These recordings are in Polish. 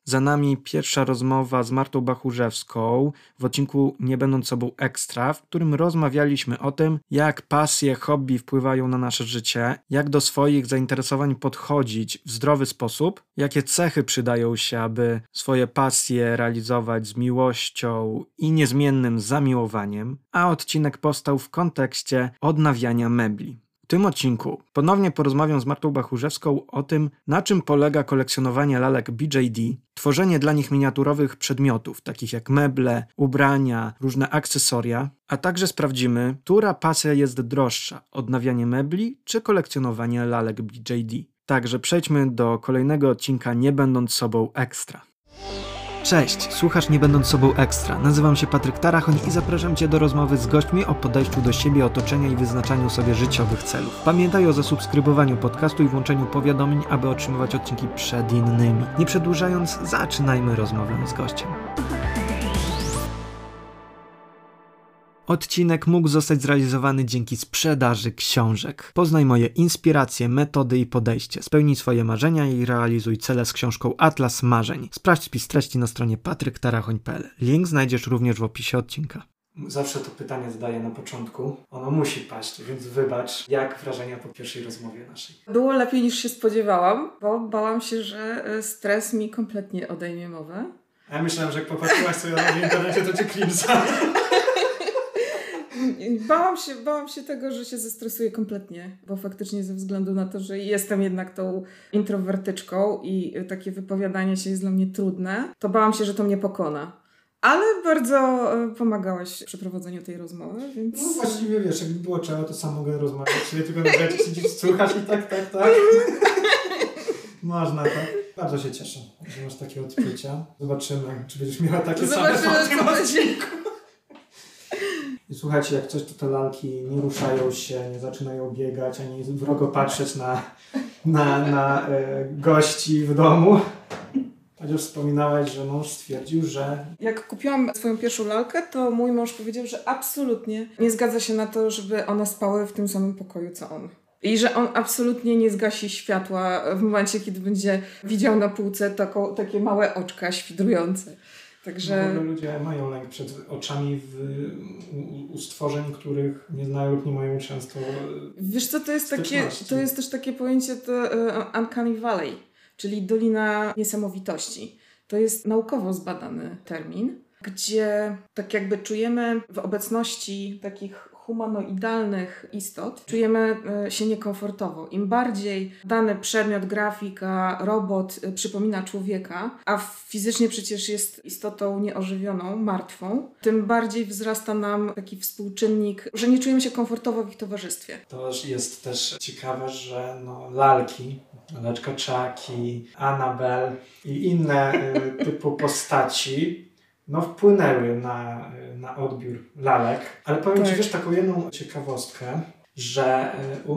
Za nami pierwsza rozmowa z Martą Bachurzewską w odcinku Nie będąc sobą ekstra, w którym rozmawialiśmy o tym, jak pasje, hobby wpływają na nasze życie, jak do swoich zainteresowań podchodzić w zdrowy sposób, jakie cechy przydają się, aby swoje pasje realizować z miłością i niezmiennym zamiłowaniem, a odcinek powstał w kontekście odnawiania mebli. W tym odcinku ponownie porozmawiam z Martą Bachurzewską o tym, na czym polega kolekcjonowanie lalek BJD, tworzenie dla nich miniaturowych przedmiotów, takich jak meble, ubrania, różne akcesoria, a także sprawdzimy, która pasja jest droższa, odnawianie mebli czy kolekcjonowanie lalek BJD. Także przejdźmy do kolejnego odcinka Nie będąc sobą ekstra. Cześć, słuchasz Nie będąc sobą ekstra. Nazywam się Patryk Tarachoń i zapraszam Cię do rozmowy z gośćmi o podejściu do siebie, otoczenia i wyznaczaniu sobie życiowych celów. Pamiętaj o zasubskrybowaniu podcastu i włączeniu powiadomień, aby otrzymywać odcinki przed innymi. Nie przedłużając, zaczynajmy rozmowę z gościem. Odcinek mógł zostać zrealizowany dzięki sprzedaży książek. Poznaj moje inspiracje, metody i podejście. Spełnij swoje marzenia i realizuj cele z książką Atlas Marzeń. Sprawdź spis treści na stronie patryktarachoń.pl. Link znajdziesz również w opisie odcinka. Zawsze to pytanie zadaję na początku. Ono musi paść, więc wybacz. Jak wrażenia po pierwszej rozmowie naszej? Było lepiej niż się spodziewałam, bo bałam się, że stres mi kompletnie odejmie mowę. A ja myślałem, że jak popatrzyłaś sobie na internecie, to cię klipsa. Bałam się tego, że się zestresuję kompletnie, bo faktycznie ze względu na to, że jestem jednak tą introwertyczką i takie wypowiadanie się jest dla mnie trudne, to bałam się, że to mnie pokona. Ale bardzo pomagałaś w przeprowadzeniu tej rozmowy, więc... No właściwie wiesz, jakby było trzeba, to sam mogę rozmawiać, czyli tylko nagrać, siedzieć, słuchasz i tak. Można, tak? Bardzo się cieszę, że masz takie odczucia. Zobaczymy, czy będziesz miała takie same w tym odcinku. I słuchajcie, jak coś, to te lalki nie ruszają się, nie zaczynają biegać, ani wrogo patrzeć na gości w domu. Chociaż wspominałaś, że mąż stwierdził, że... Jak kupiłam swoją pierwszą lalkę, to mój mąż powiedział, że absolutnie nie zgadza się na to, żeby one spały w tym samym pokoju, co on. I że on absolutnie nie zgasi światła w momencie, kiedy będzie widział na półce takie małe oczka świdrujące. Także... W ogóle ludzie mają lęk przed oczami u stworzeń, których nie znają lub nie mają często. Wiesz co, to jest też takie pojęcie Uncanny Valley, czyli Dolina Niesamowitości. To jest naukowo zbadany termin, gdzie tak jakby czujemy w obecności takich humanoidalnych istot, czujemy się niekomfortowo. Im bardziej dany przedmiot, grafika, robot przypomina człowieka, a fizycznie przecież jest istotą nieożywioną, martwą, tym bardziej wzrasta nam taki współczynnik, że nie czujemy się komfortowo w ich towarzystwie. To jest też ciekawe, że lalki, laleczka Chucky, Annabelle i inne typu postaci wpłynęły na odbiór lalek. Ale powiem Ci, wiesz, taką jedną ciekawostkę, że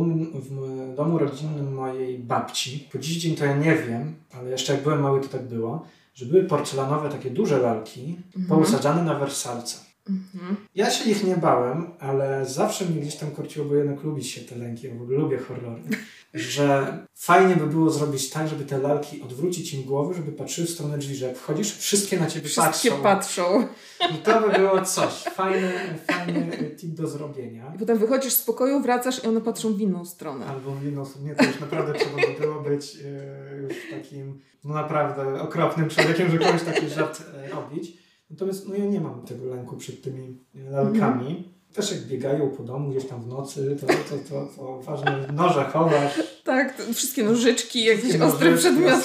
w domu rodzinnym mojej babci, po dziś dzień to ja nie wiem, ale jeszcze jak byłem mały, to tak było, że były porcelanowe takie duże lalki, pousadzane na wersalce. Ja się ich nie bałem, ale zawsze mnie gdzieś tam korciło, bo jednak lubi się te lęki, ja w ogóle lubię horrory, że fajnie by było zrobić tak, żeby te lalki odwrócić im głowy, żeby patrzyły w stronę drzwi, że jak wchodzisz, wszystkie na ciebie patrzą. I to by było coś. Fajny tip do zrobienia. I potem wychodzisz z pokoju, wracasz i one patrzą w inną stronę. Albo w inną stronę. Nie, to już naprawdę trzeba by było być już takim naprawdę okropnym człowiekiem, że kogoś taki żart robić. Natomiast ja nie mam tego lęku przed tymi lalkami. Też jak biegają po domu gdzieś tam w nocy, to ważne, noże chowasz. Tak, wszystkie nożyczki, jakieś ostre przedmioty.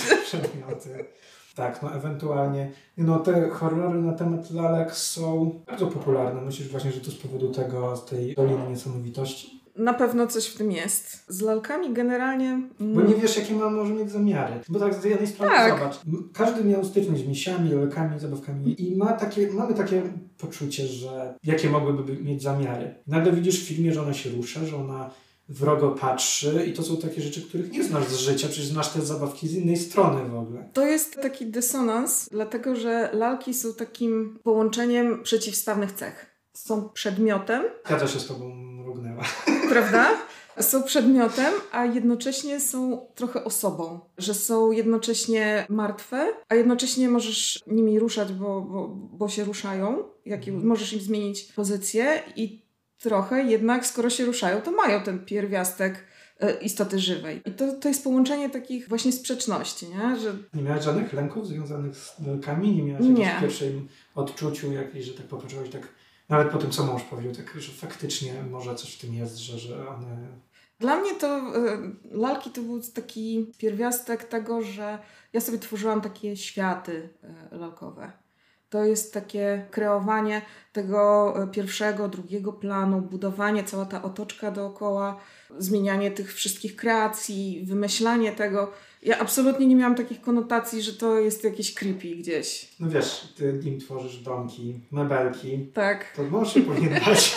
Tak, ewentualnie. Te horrory na temat lalek są bardzo popularne. Myślisz właśnie, że to z powodu z tej Doliny Niesamowitości? Na pewno coś w tym jest. Z lalkami generalnie... Bo nie wiesz, jakie może mieć zamiary. Bo tak z jednej strony zobacz. Każdy miał styczność z misiami, lalkami, zabawkami i mamy takie poczucie, że jakie mogłyby mieć zamiary. Nagle widzisz w filmie, że ona się rusza, że ona wrogo patrzy i to są takie rzeczy, których nie znasz z życia, przecież znasz te zabawki z innej strony w ogóle. To jest taki dysonans, dlatego że lalki są takim połączeniem przeciwstawnych cech. Są przedmiotem. Ja też się z tobą mrugnęła. Prawda? Są przedmiotem, a jednocześnie są trochę osobą. Że są jednocześnie martwe, a jednocześnie możesz nimi ruszać, bo się ruszają. Możesz im zmienić pozycję i trochę jednak, skoro się ruszają, to mają ten pierwiastek istoty żywej. I to jest połączenie takich właśnie sprzeczności, nie? Że... Nie miałeś żadnych lęków związanych z lalkami? Nie miałeś w pierwszym odczuciu jakiejś, że tak popatrzyłeś tak, nawet po tym, co mąż powiedział, tak, że faktycznie może coś w tym jest, że one... Dla mnie to lalki to był taki pierwiastek tego, że ja sobie tworzyłam takie światy lalkowe. To jest takie kreowanie tego pierwszego, drugiego planu, budowanie, cała ta otoczka dookoła, zmienianie tych wszystkich kreacji, wymyślanie tego. Ja absolutnie nie miałam takich konotacji, że to jest jakieś creepy gdzieś. No wiesz, ty im tworzysz domki, mebelki. Tak. To mąż się powinien dać.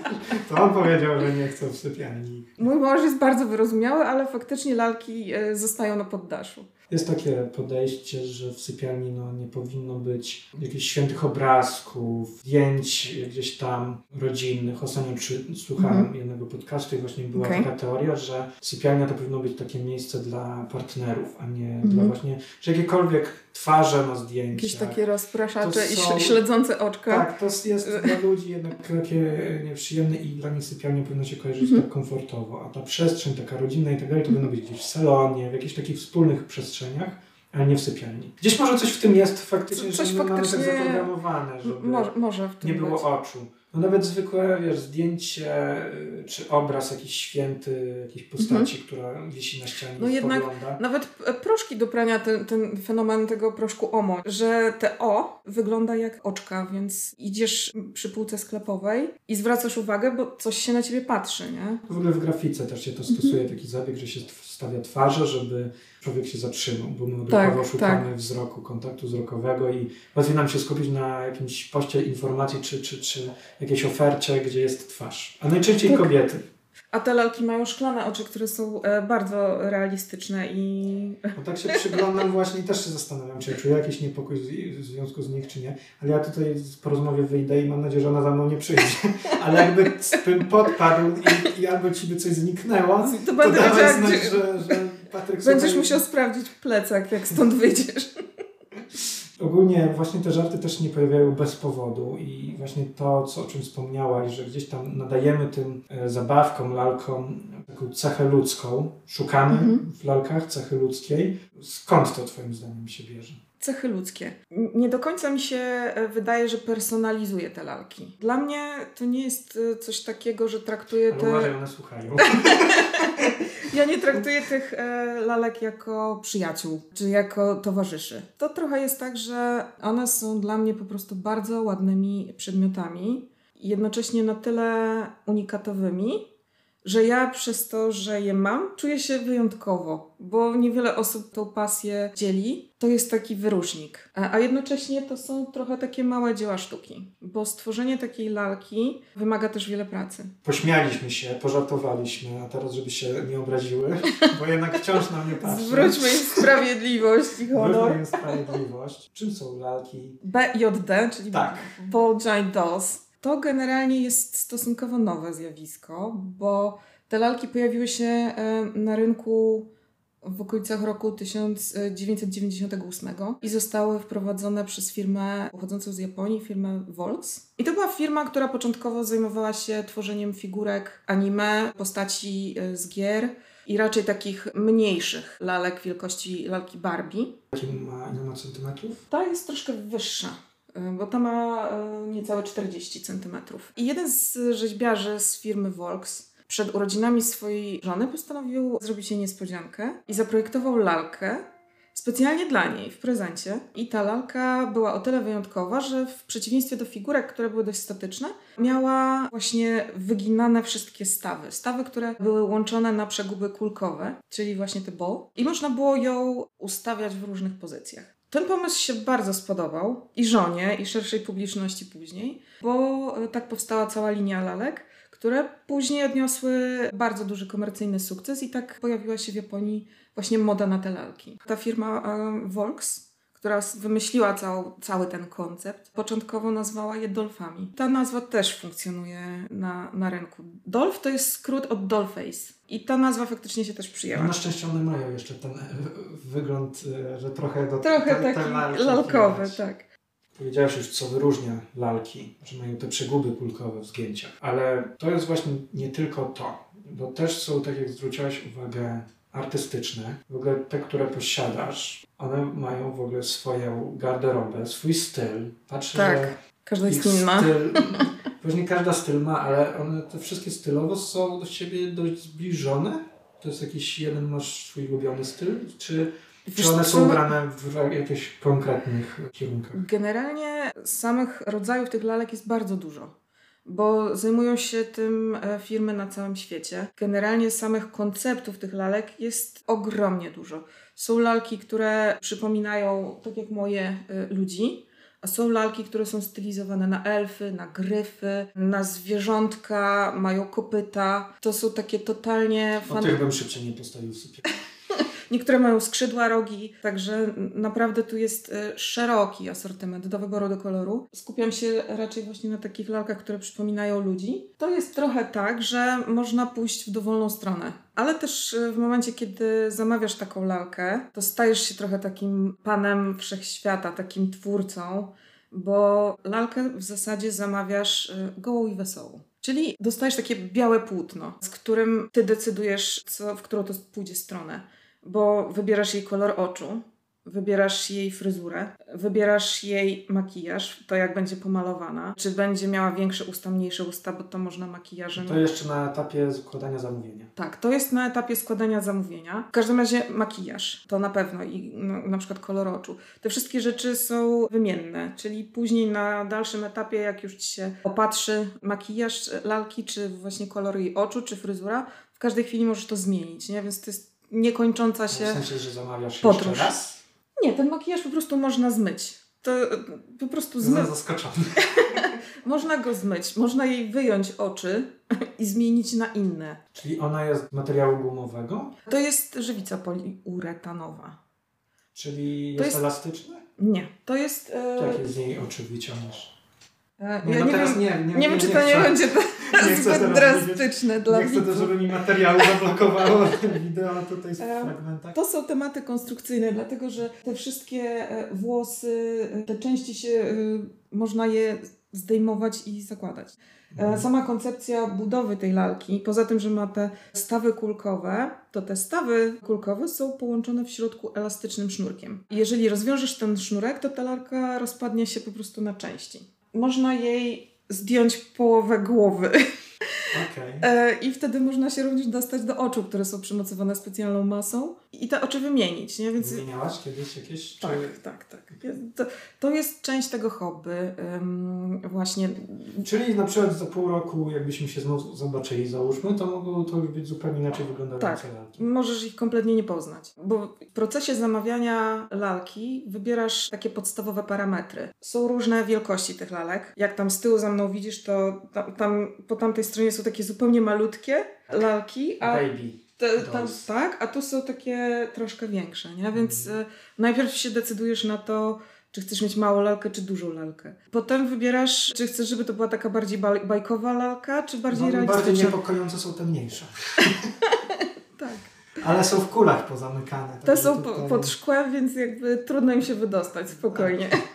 To on powiedział, że nie chce w sypialni. Mój mąż jest bardzo wyrozumiały, ale faktycznie lalki zostają na poddaszu. Jest takie podejście, że w sypialni nie powinno być jakichś świętych obrazków, zdjęć gdzieś tam rodzinnych. Ostatnio słuchałem jednego podcastu i właśnie była taka teoria, że sypialnia to powinno być takie miejsce dla partnerów, a nie dla właśnie, że jakiekolwiek twarze na zdjęciach. Jakieś takie rozpraszacze i śledzące oczka. Tak, to jest dla ludzi jednak takie nieprzyjemne i dla nich sypialnia powinna się kojarzyć tak komfortowo. A ta przestrzeń taka rodzinna i tak dalej to powinno być gdzieś w salonie, w jakichś takich wspólnych przestrzeniach, ale nie w sypialni. Gdzieś może coś w tym jest faktycznie, że my mamy tak zaprogramowane, żeby może w tym nie było oczu. No nawet zwykłe, zdjęcie czy obraz jakiś święty, jakiejś postaci, która wisi na ścianie i jednak spogląda. Nawet proszki do prania, ten fenomen tego proszku Omo, że te O wygląda jak oczka, więc idziesz przy półce sklepowej i zwracasz uwagę, bo coś się na ciebie patrzy, nie? W ogóle w grafice też się to stosuje, taki zabieg, że się stawia twarze, żeby człowiek się zatrzymał, bo my odruchowo szukamy wzroku, kontaktu wzrokowego i łatwiej nam się skupić na jakimś poście informacji czy jakiejś ofercie, gdzie jest twarz. A najczęściej kobiety. A te lalki mają szklane oczy, które są bardzo realistyczne i... No tak się przyglądam właśnie i też się zastanawiam, czy czuję jakiś niepokój w związku z nich, czy nie. Ale ja tutaj po rozmowie wyjdę i mam nadzieję, że ona za mną nie przyjdzie. Ale jakby bym podpadł i albo ci by coś zniknęło, to dawaj znać, że Patryk... Będziesz musiał sprawdzić plecak, jak stąd wyjdziesz. Ogólnie właśnie te żarty też nie pojawiają bez powodu i właśnie to, o czym wspomniałaś, że gdzieś tam nadajemy tym zabawkom, lalkom taką cechę ludzką, szukamy w lalkach cechy ludzkiej. Skąd to twoim zdaniem się bierze? Cechy ludzkie. Nie do końca mi się wydaje, że personalizuje te lalki. Dla mnie to nie jest coś takiego, że traktuję uważaj, one słuchają. Ja nie traktuję tych lalek jako przyjaciół, czy jako towarzyszy. To trochę jest tak, że one są dla mnie po prostu bardzo ładnymi przedmiotami i jednocześnie na tyle unikatowymi, że ja przez to, że je mam, czuję się wyjątkowo, bo niewiele osób tą pasję dzieli. To jest taki wyróżnik. A jednocześnie to są trochę takie małe dzieła sztuki, bo stworzenie takiej lalki wymaga też wiele pracy. Pośmialiśmy się, pożartowaliśmy, a teraz żeby się nie obraziły, bo jednak wciąż na mnie patrzą. Zwróćmy im sprawiedliwość i honor. Zwróćmy im sprawiedliwość. Czym są lalki? BJD, czyli Ball Giant Dolls. To generalnie jest stosunkowo nowe zjawisko, bo te lalki pojawiły się na rynku w okolicach roku 1998 i zostały wprowadzone przez firmę pochodzącą z Japonii, firmę Volks. I to była firma, która początkowo zajmowała się tworzeniem figurek anime, postaci z gier i raczej takich mniejszych lalek wielkości lalki Barbie. Ile ma centymetrów? Ta jest troszkę wyższa, bo ta ma niecałe 40 centymetrów. I jeden z rzeźbiarzy z firmy Volks przed urodzinami swojej żony postanowił zrobić jej niespodziankę i zaprojektował lalkę specjalnie dla niej w prezencie. I ta lalka była o tyle wyjątkowa, że w przeciwieństwie do figurek, które były dość statyczne, miała właśnie wyginane wszystkie stawy. Stawy, które były łączone na przeguby kulkowe, czyli właśnie te ball. I można było ją ustawiać w różnych pozycjach. Ten pomysł się bardzo spodobał i żonie, i szerszej publiczności później, bo tak powstała cała linia lalek, które później odniosły bardzo duży komercyjny sukces i tak pojawiła się w Japonii właśnie moda na te lalki. Ta firma Volks, która wymyśliła cały ten koncept, początkowo nazwała je Dolfami. Ta nazwa też funkcjonuje na rynku. Dolf to jest skrót od Dollface. I ta nazwa faktycznie się też przyjęła. No na szczęście one mają jeszcze ten wygląd, że trochę taki lalkowy, tak. Powiedziałeś już, co wyróżnia lalki, że mają te przeguby kulkowe w zgięciach. Ale to jest właśnie nie tylko to, bo też są, tak jak zwróciłaś uwagę, artystyczne. W ogóle te, które posiadasz, one mają w ogóle swoją garderobę, swój styl. Patrzę, tak, że każdy styl ma. Właśnie każda styl ma, ale one te wszystkie stylowo są do siebie dość zbliżone. To jest jakiś jeden, masz swój ulubiony styl? Czy one są ubrane w jakichś konkretnych kierunkach? Generalnie samych rodzajów tych lalek jest bardzo dużo, bo zajmują się tym firmy na całym świecie. Generalnie samych konceptów tych lalek jest ogromnie dużo. Są lalki, które przypominają, tak jak moje, ludzi, a są lalki, które są stylizowane na elfy, na gryfy, na zwierzątka, mają kopyta. To są takie totalnie... O tych bym szybciej nie postawił sobie. Niektóre mają skrzydła, rogi, także naprawdę tu jest szeroki asortyment do wyboru, do koloru. Skupiam się raczej właśnie na takich lalkach, które przypominają ludzi. To jest trochę tak, że można pójść w dowolną stronę, ale też w momencie, kiedy zamawiasz taką lalkę, to stajesz się trochę takim panem wszechświata, takim twórcą, bo lalkę w zasadzie zamawiasz gołą i wesołą. Czyli dostajesz takie białe płótno, z którym ty decydujesz, w którą to pójdzie stronę. Bo wybierasz jej kolor oczu, wybierasz jej fryzurę, wybierasz jej makijaż, to jak będzie pomalowana, czy będzie miała większe usta, mniejsze usta, bo to można makijażem... To jeszcze na etapie składania zamówienia. Tak, to jest na etapie składania zamówienia. W każdym razie makijaż, to na pewno i na przykład kolor oczu. Te wszystkie rzeczy są wymienne, czyli później na dalszym etapie, jak już ci się opatrzy makijaż lalki, czy właśnie kolor jej oczu, czy fryzura, w każdej chwili możesz to zmienić, nie? Więc to jest niekończąca się w sensie, że zamawiasz podróż. Jeszcze raz? Nie, ten makijaż po prostu można zmyć. To po prostu Jestem zaskoczony. Można go zmyć, można jej wyjąć oczy i zmienić na inne. Czyli ona jest z materiału gumowego? To jest żywica poliuretanowa. Czyli jest elastyczne? Nie, to jest... Jakie z niej oczy wyciągniesz? Nie wiem, czy to nie będzie zbyt drastyczne dla widzów. Nie chcę też, żeby mi materiału zablokowało wideo tutaj z fragmentach. To są tematy konstrukcyjne, dlatego że te wszystkie włosy, te części się można je zdejmować i zakładać. Sama koncepcja budowy tej lalki, poza tym, że ma te stawy kulkowe, to te stawy kulkowe są połączone w środku elastycznym sznurkiem. Jeżeli rozwiążesz ten sznurek, to ta lalka rozpadnie się po prostu na części. Można jej zdjąć połowę głowy. Okay. I wtedy można się również dostać do oczu, które są przymocowane specjalną masą i te oczy wymienić. Nie? Więc... Wymieniałaś kiedyś jakieś? Tak. To jest część tego hobby. Właśnie. Czyli na przykład za pół roku, jakbyśmy się znowu zobaczyli, załóżmy, to mogło to już być zupełnie inaczej wyglądające lalki. Możesz ich kompletnie nie poznać. Bo w procesie zamawiania lalki wybierasz takie podstawowe parametry. Są różne wielkości tych lalek. Jak tam z tyłu za mną widzisz, to tam po tamtej stronie są takie zupełnie malutkie lalki. Baby. Tak, a tu są takie troszkę większe, nie? Więc najpierw się decydujesz na to, czy chcesz mieć małą lalkę, czy dużą lalkę. Potem wybierasz, czy chcesz, żeby to była taka bardziej bajkowa lalka, czy bardziej realistyczna. Bardziej niepokojące są te mniejsze. Tak. Ale są w kulach pozamykane. Te są pod szkłem, więc jakby trudno im się wydostać spokojnie. Tak.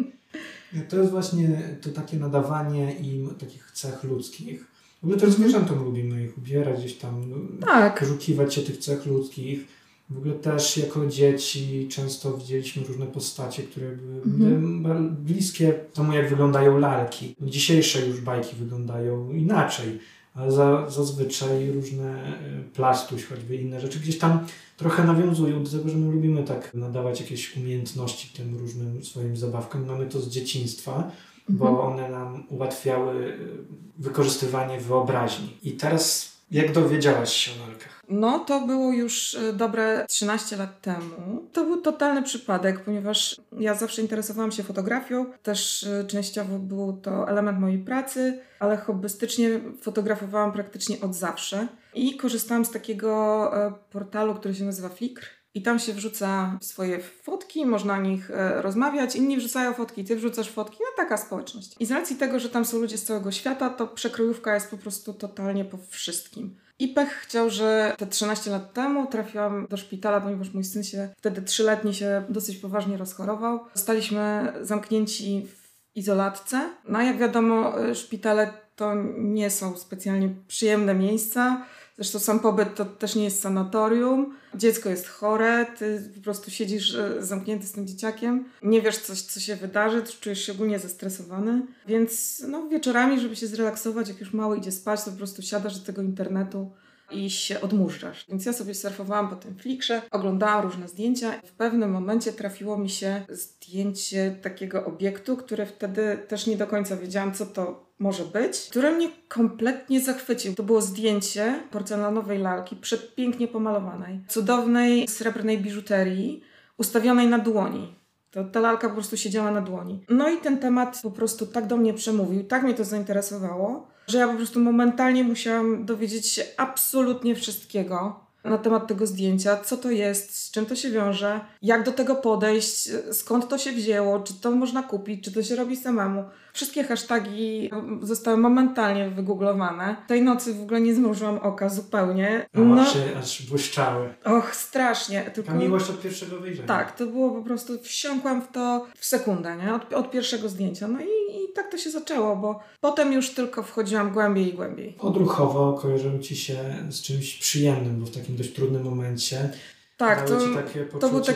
To jest właśnie to takie nadawanie im takich cech ludzkich. W ogóle też zwierzętom lubimy ich ubierać, gdzieś tam poszukiwać się tych cech ludzkich. W ogóle też jako dzieci często widzieliśmy różne postacie, które były bliskie temu, jak wyglądają lalki. Dzisiejsze już bajki wyglądają inaczej, ale zazwyczaj różne plastuś, choćby inne rzeczy gdzieś tam trochę nawiązują do tego, że my lubimy tak nadawać jakieś umiejętności tym różnym swoim zabawkom. Mamy to z dzieciństwa, bo one nam ułatwiały wykorzystywanie wyobraźni. I teraz jak dowiedziałaś się o lalkach? No to było już dobre 13 lat temu. To był totalny przypadek, ponieważ ja zawsze interesowałam się fotografią. Też częściowo był to element mojej pracy, ale hobbystycznie fotografowałam praktycznie od zawsze. I korzystałam z takiego portalu, który się nazywa Flickr. I tam się wrzuca swoje fotki, można o nich rozmawiać, inni wrzucają fotki, ty wrzucasz fotki, no taka społeczność. I z racji tego, że tam są ludzie z całego świata, to przekrojówka jest po prostu totalnie po wszystkim. I pech chciał, że te 13 lat temu trafiłam do szpitala, ponieważ mój syn się wtedy 3-letni się dosyć poważnie rozchorował. Zostaliśmy zamknięci w izolatce. No jak wiadomo, szpitale to nie są specjalnie przyjemne miejsca. Zresztą sam pobyt to też nie jest sanatorium. Dziecko jest chore, ty po prostu siedzisz zamknięty z tym dzieciakiem. Nie wiesz, co się wydarzy, czujesz się ogólnie zestresowany. Więc wieczorami, żeby się zrelaksować, jak już mały idzie spać, to po prostu siadasz do tego internetu i się odmurzasz. Więc ja sobie surfowałam po tym Flickrze, oglądałam różne zdjęcia. W pewnym momencie trafiło mi się zdjęcie takiego obiektu, które wtedy też nie do końca wiedziałam, co to może być, które mnie kompletnie zachwycił. To było zdjęcie porcelanowej lalki, przepięknie pomalowanej, cudownej srebrnej biżuterii, ustawionej na dłoni. Ta lalka po prostu siedziała na dłoni. No i ten temat po prostu tak do mnie przemówił, tak mnie to zainteresowało, że ja po prostu momentalnie musiałam dowiedzieć się absolutnie wszystkiego na temat tego zdjęcia, co to jest, z czym to się wiąże, jak do tego podejść, skąd to się wzięło, czy to można kupić, czy to się robi samemu. Wszystkie hasztagi zostały momentalnie wygooglowane. Tej nocy w ogóle nie zmrużyłam oka zupełnie. Aż błyszczały. Och, strasznie. Taka miłość od pierwszego wejrzenia. Tak, to było po prostu, wsiąkłam w to w sekundę, nie? Od pierwszego zdjęcia. No i tak to się zaczęło, bo potem już tylko wchodziłam głębiej i głębiej. Odruchowo kojarzyło ci się z czymś przyjemnym, bo w takim dość trudnym momencie tak, to był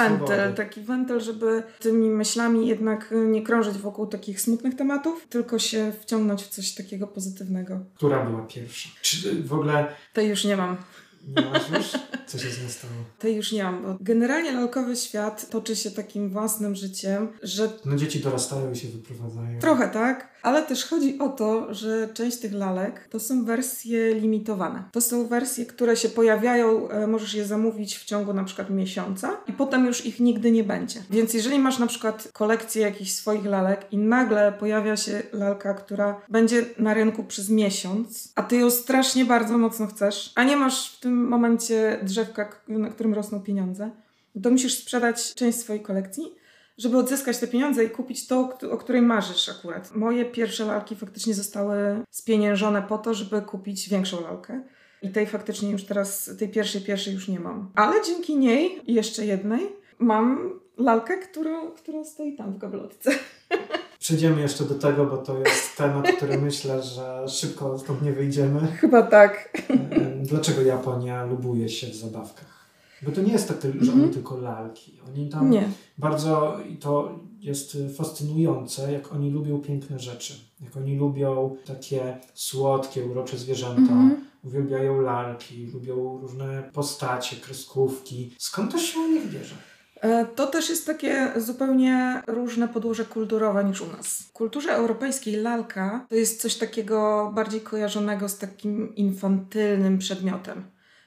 taki wentyl, żeby tymi myślami jednak nie krążyć wokół takich smutnych tematów, tylko się wciągnąć w coś takiego pozytywnego. Która była pierwsza? Czy w ogóle... Tej już nie mam. Nie masz już? Co się z nią stało? Tej już nie mam, bo generalnie lalkowy świat toczy się takim własnym życiem, że... No dzieci dorastają i się wyprowadzają. Trochę tak, ale też chodzi o to, że część tych lalek to są wersje limitowane. To są wersje, które się pojawiają, możesz je zamówić w ciągu na przykład miesiąca i potem już ich nigdy nie będzie. Więc jeżeli masz na przykład kolekcję jakichś swoich lalek i nagle pojawia się lalka, która będzie na rynku przez miesiąc, a ty ją strasznie bardzo mocno chcesz, a nie masz w tym momencie drzewka, na którym rosną pieniądze, to musisz sprzedać część swojej kolekcji, żeby odzyskać te pieniądze i kupić to, o której marzysz akurat. Moje pierwsze lalki faktycznie zostały spieniężone po to, żeby kupić większą lalkę. I tej faktycznie już teraz, tej pierwszej już nie mam. Ale dzięki niej i jeszcze jednej mam lalkę, która stoi tam w gablotce. Przejdziemy jeszcze do tego, bo to jest temat, który myślę, że szybko stąd nie wyjdziemy. Chyba tak. Dlaczego Japonia lubuje się w zabawkach? Bo to nie jest tak, że oni tylko lalki. Oni tam bardzo, i to jest fascynujące, jak oni lubią piękne rzeczy. Jak oni lubią takie słodkie, urocze zwierzęta. Uwielbiają lalki, lubią różne postacie, kreskówki. Skąd to się u nich bierze? To też jest takie zupełnie różne podłoże kulturowe niż u nas. W kulturze europejskiej lalka to jest coś takiego bardziej kojarzonego z takim infantylnym przedmiotem.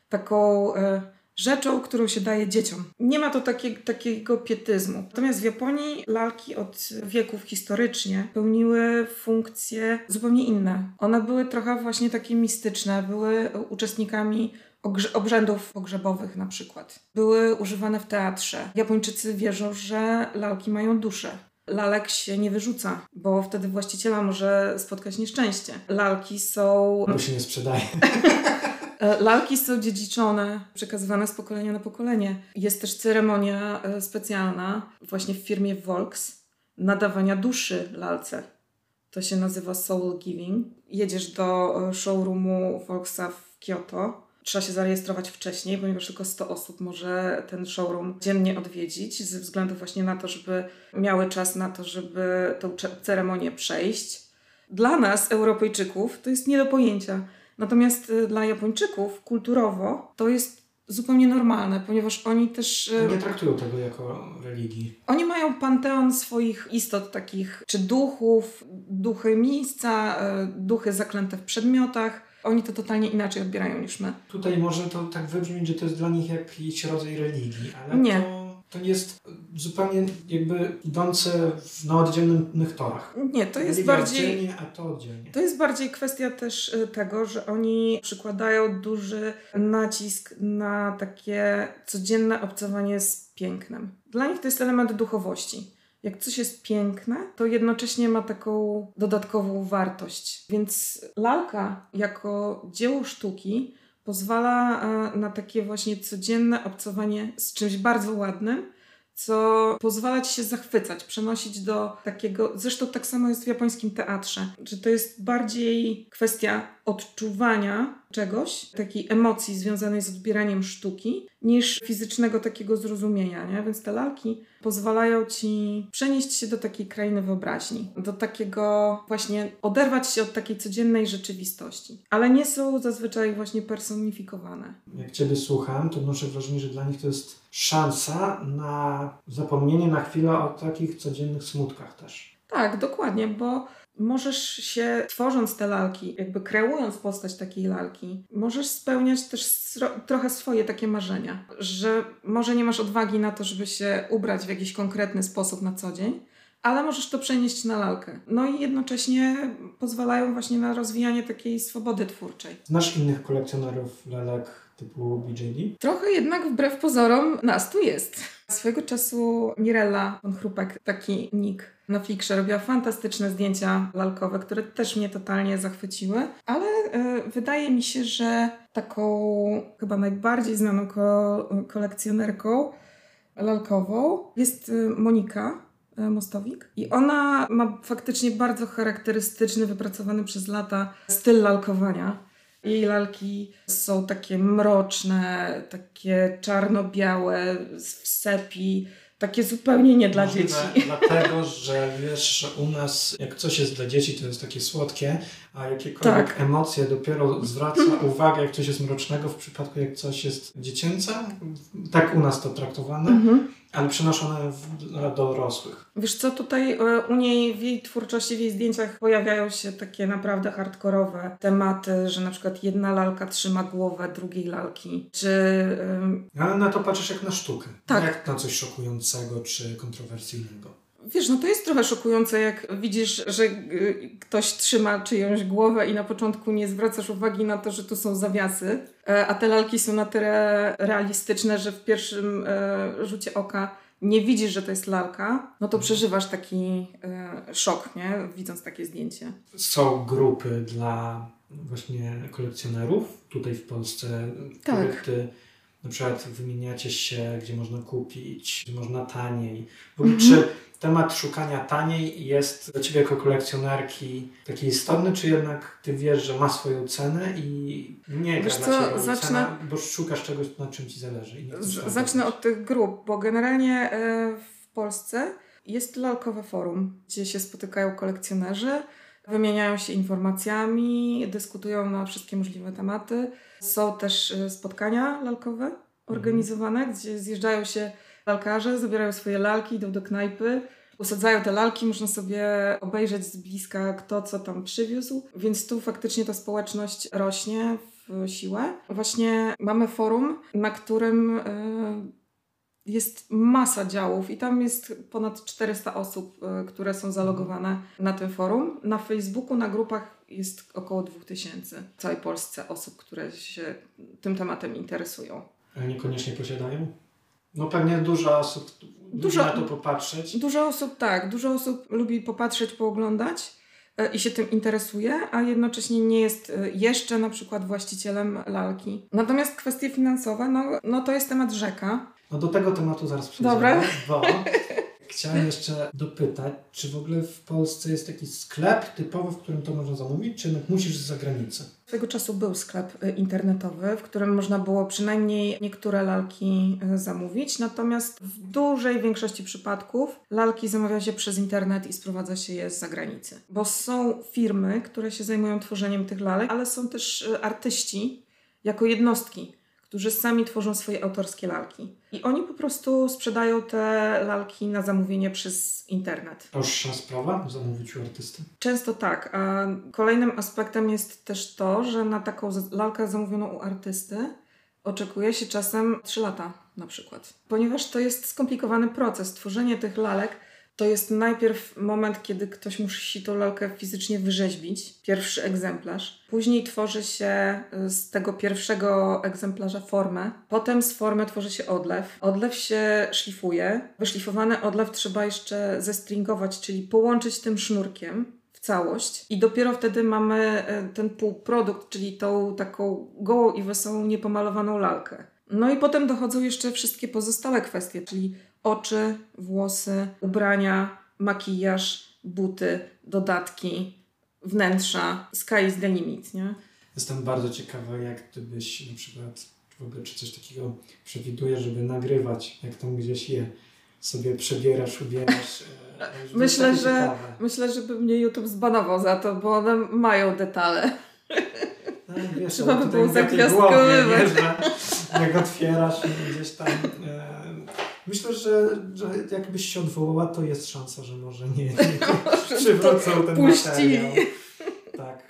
Taką rzeczą, którą się daje dzieciom. Nie ma to takiego pietyzmu. Natomiast w Japonii lalki od wieków historycznie pełniły funkcje zupełnie inne. One były trochę właśnie takie mistyczne, były uczestnikami obrzędów pogrzebowych na przykład. Były używane w teatrze. Japończycy wierzą, że lalki mają duszę. Lalek się nie wyrzuca, bo wtedy właściciela może spotkać nieszczęście. Lalki są... Bo się nie sprzedaje. Lalki są dziedziczone, przekazywane z pokolenia na pokolenie. Jest też ceremonia specjalna właśnie w firmie Volks nadawania duszy lalce. To się nazywa soul giving. Jedziesz do showroomu Volksa w Kyoto. Trzeba się zarejestrować wcześniej, ponieważ tylko 100 osób może ten showroom dziennie odwiedzić, ze względu właśnie na to, żeby miały czas na to, żeby tą ceremonię przejść. Dla nas, Europejczyków, to jest nie do pojęcia. Natomiast dla Japończyków kulturowo to jest zupełnie normalne, ponieważ oni też... Nie traktują tego jako religii. Oni mają panteon swoich istot takich, czy duchów, duchy miejsca, duchy zaklęte w przedmiotach. Oni to totalnie inaczej odbierają niż my. Tutaj może to tak wybrzmieć, że to jest dla nich jakiś rodzaj religii, ale nie. to... To jest zupełnie jakby idące na oddzielnych torach. Nie, to jest bardziej... oddzielnie, a to oddzielnie. To jest bardziej kwestia też tego, że oni przykładają duży nacisk na takie codzienne obcowanie z pięknem. Dla nich to jest element duchowości. Jak coś jest piękne, to jednocześnie ma taką dodatkową wartość. Więc lalka jako dzieło sztuki pozwala na takie właśnie codzienne obcowanie z czymś bardzo ładnym, co pozwala ci się zachwycać, przenosić do takiego... Zresztą tak samo jest w japońskim teatrze, że to jest bardziej kwestia odczuwania czegoś, takiej emocji związanej z odbieraniem sztuki, niż fizycznego takiego zrozumienia, nie? Więc te lalki pozwalają ci przenieść się do takiej krainy wyobraźni, do takiego właśnie oderwać się od takiej codziennej rzeczywistości. Ale nie są zazwyczaj właśnie personifikowane. Jak Ciebie słucham, to odnoszę wrażenie, że dla nich to jest szansa na zapomnienie na chwilę o takich codziennych smutkach też. Tak, dokładnie, bo możesz się, tworząc te lalki, jakby kreując postać takiej lalki, możesz spełniać też trochę swoje takie marzenia, że może nie masz odwagi na to, żeby się ubrać w jakiś konkretny sposób na co dzień, ale możesz to przenieść na lalkę. No i jednocześnie pozwalają właśnie na rozwijanie takiej swobody twórczej. Znasz innych kolekcjonerów lalek typu BJD? Trochę jednak wbrew pozorom nas tu jest. Swojego czasu Mirella von Chrupek, taki nick na Flickrze, robiła fantastyczne zdjęcia lalkowe, które też mnie totalnie zachwyciły, ale wydaje mi się, że taką chyba najbardziej znaną kolekcjonerką lalkową jest Monika Mostowik i ona ma faktycznie bardzo charakterystyczny, wypracowany przez lata styl lalkowania. Jej lalki są takie mroczne, takie czarno-białe, w sepi, takie zupełnie nie dla dzieci. Dlatego, że wiesz, że u nas jak coś jest dla dzieci, to jest takie słodkie, a jakiekolwiek emocje dopiero zwraca uwagę, jak coś jest mrocznego, w przypadku jak coś jest dziecięce. Tak u nas to traktowane, ale przenoszone do dorosłych. Wiesz co, tutaj u niej w jej twórczości, w jej zdjęciach pojawiają się takie naprawdę hardkorowe tematy, że na przykład jedna lalka trzyma głowę drugiej lalki, czy... Ale na to patrzysz jak na sztukę, tak. Jak na coś szokującego czy kontrowersyjnego. Wiesz, no to jest trochę szokujące, jak widzisz, że ktoś trzyma czyjąś głowę i na początku nie zwracasz uwagi na to, że tu są zawiasy, a te lalki są na tyle realistyczne, że w pierwszym rzucie oka nie widzisz, że to jest lalka, no to przeżywasz taki szok, nie? Widząc takie zdjęcie. Są grupy dla właśnie kolekcjonerów tutaj w Polsce, tak. Ty na przykład wymieniacie się, gdzie można kupić, gdzie można taniej. W ogóle czy temat szukania taniej jest dla Ciebie jako kolekcjonerki taki istotny, czy jednak Ty wiesz, że ma swoją cenę i nie gra dla Ciebie cena, bo szukasz czegoś, na czym Ci zależy? Zacznę od tych grup, bo generalnie w Polsce jest lalkowe forum, gdzie się spotykają kolekcjonerzy, wymieniają się informacjami, dyskutują na wszystkie możliwe tematy. Są też spotkania lalkowe organizowane, gdzie zjeżdżają się lalkarze, zabierają swoje lalki, idą do knajpy, usadzają te lalki, można sobie obejrzeć z bliska, kto co tam przywiózł. Więc tu faktycznie ta społeczność rośnie w siłę. Właśnie mamy forum, na którym jest masa działów i tam jest ponad 400 osób, które są zalogowane na tym forum. Na Facebooku, na grupach jest około 2000 w całej Polsce osób, które się tym tematem interesują. Ale niekoniecznie posiadają? No pewnie dużo osób lubi na to popatrzeć. Dużo osób lubi popatrzeć, pooglądać i się tym interesuje, a jednocześnie nie jest jeszcze na przykład właścicielem lalki. Natomiast kwestie finansowe, no to jest temat rzeka. No do tego tematu zaraz przejdziemy. Dobra. Bo chciałem jeszcze dopytać, czy w ogóle w Polsce jest taki sklep typowy, w którym to można zamówić, czy jednak musisz z zagranicy? Swego czasu był sklep internetowy, w którym można było przynajmniej niektóre lalki zamówić, natomiast w dużej większości przypadków lalki zamawia się przez internet i sprowadza się je z zagranicy. Bo są firmy, które się zajmują tworzeniem tych lalek, ale są też artyści jako jednostki, którzy sami tworzą swoje autorskie lalki. I oni po prostu sprzedają te lalki na zamówienie przez internet. Droższa sprawa zamówić u artysty? Często tak. A kolejnym aspektem jest też to, że na taką lalkę zamówioną u artysty oczekuje się czasem 3 lata na przykład. Ponieważ to jest skomplikowany proces. Tworzenie tych lalek to jest najpierw moment, kiedy ktoś musi tą lalkę fizycznie wyrzeźbić, pierwszy egzemplarz. Później tworzy się z tego pierwszego egzemplarza formę. Potem z formy tworzy się odlew. Odlew się szlifuje. Wyszlifowany odlew trzeba jeszcze zestringować, czyli połączyć tym sznurkiem w całość. I dopiero wtedy mamy ten półprodukt, czyli tą taką gołą i wesołą, niepomalowaną lalkę. No i potem dochodzą jeszcze wszystkie pozostałe kwestie, czyli oczy, włosy, ubrania, makijaż, buty, dodatki, wnętrza. Sky is the limit, nie? Jestem bardzo ciekawa, jak gdybyś na przykład, w ogóle czy coś takiego przewidujesz, żeby nagrywać, jak tam gdzieś je sobie przebierasz, ubierasz. Myślę, że by mnie YouTube zbanował za to, bo one mają detale. No, wiesz, trzeba by było zagwiazdkowywać. Jak otwierasz gdzieś tam... Myślę, że jakbyś się odwołała, to jest szansa, że może nie przywrócą ten materiał. Tak.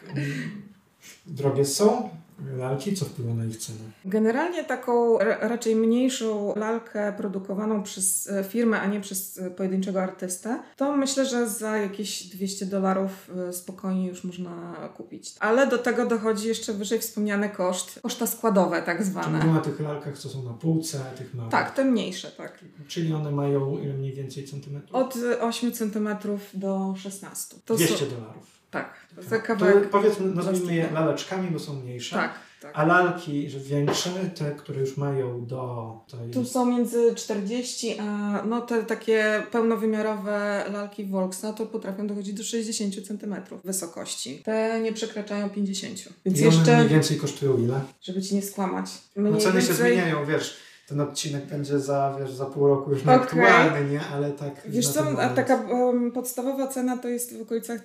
Drogie są lalki, co wpływa na ich cenę? Generalnie taką raczej mniejszą lalkę produkowaną przez firmę, a nie przez pojedynczego artystę, to myślę, że za jakieś $200 spokojnie już można kupić. Ale do tego dochodzi jeszcze wyżej wspomniany koszta składowe tak zwane. Czyli na tych lalkach, co są na półce, tych małych? Tak, te mniejsze, tak. Czyli one mają ile mniej więcej centymetrów? Od 8 cm do 16. To $200. Tak. Za kawałek. To powiedzmy, nazwijmy je laleczkami, bo są mniejsze. Tak. A lalki, że większe, te, które już mają do... Tu są między 40, a no te takie pełnowymiarowe lalki Volksa to potrafią dochodzić do 60 cm wysokości. Te nie przekraczają 50. Więc i one mniej więcej kosztują ile? Żeby ci nie skłamać. Ceny się zmieniają, wiesz. Ten odcinek będzie za pół roku już nieaktualny, nie? Ale tak... Wiesz co, taka podstawowa cena to jest w okolicach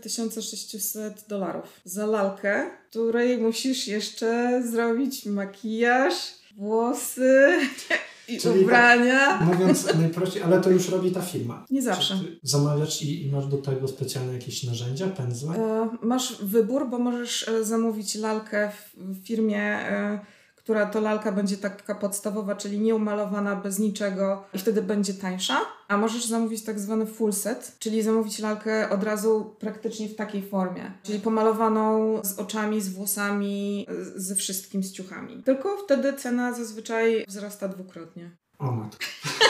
$1600 za lalkę, której musisz jeszcze zrobić makijaż, włosy i czyli ubrania. Tak, mówiąc najprościej, ale to już robi ta firma. Nie zawsze. Zamawiasz i masz do tego specjalne jakieś narzędzia, pędzle? Masz wybór, bo możesz zamówić lalkę w firmie... która to lalka będzie taka podstawowa, czyli nieumalowana, bez niczego i wtedy będzie tańsza. A możesz zamówić tak zwany full set, czyli zamówić lalkę od razu praktycznie w takiej formie. Czyli pomalowaną z oczami, z włosami, ze wszystkim, z ciuchami. Tylko wtedy cena zazwyczaj wzrasta dwukrotnie. O matko.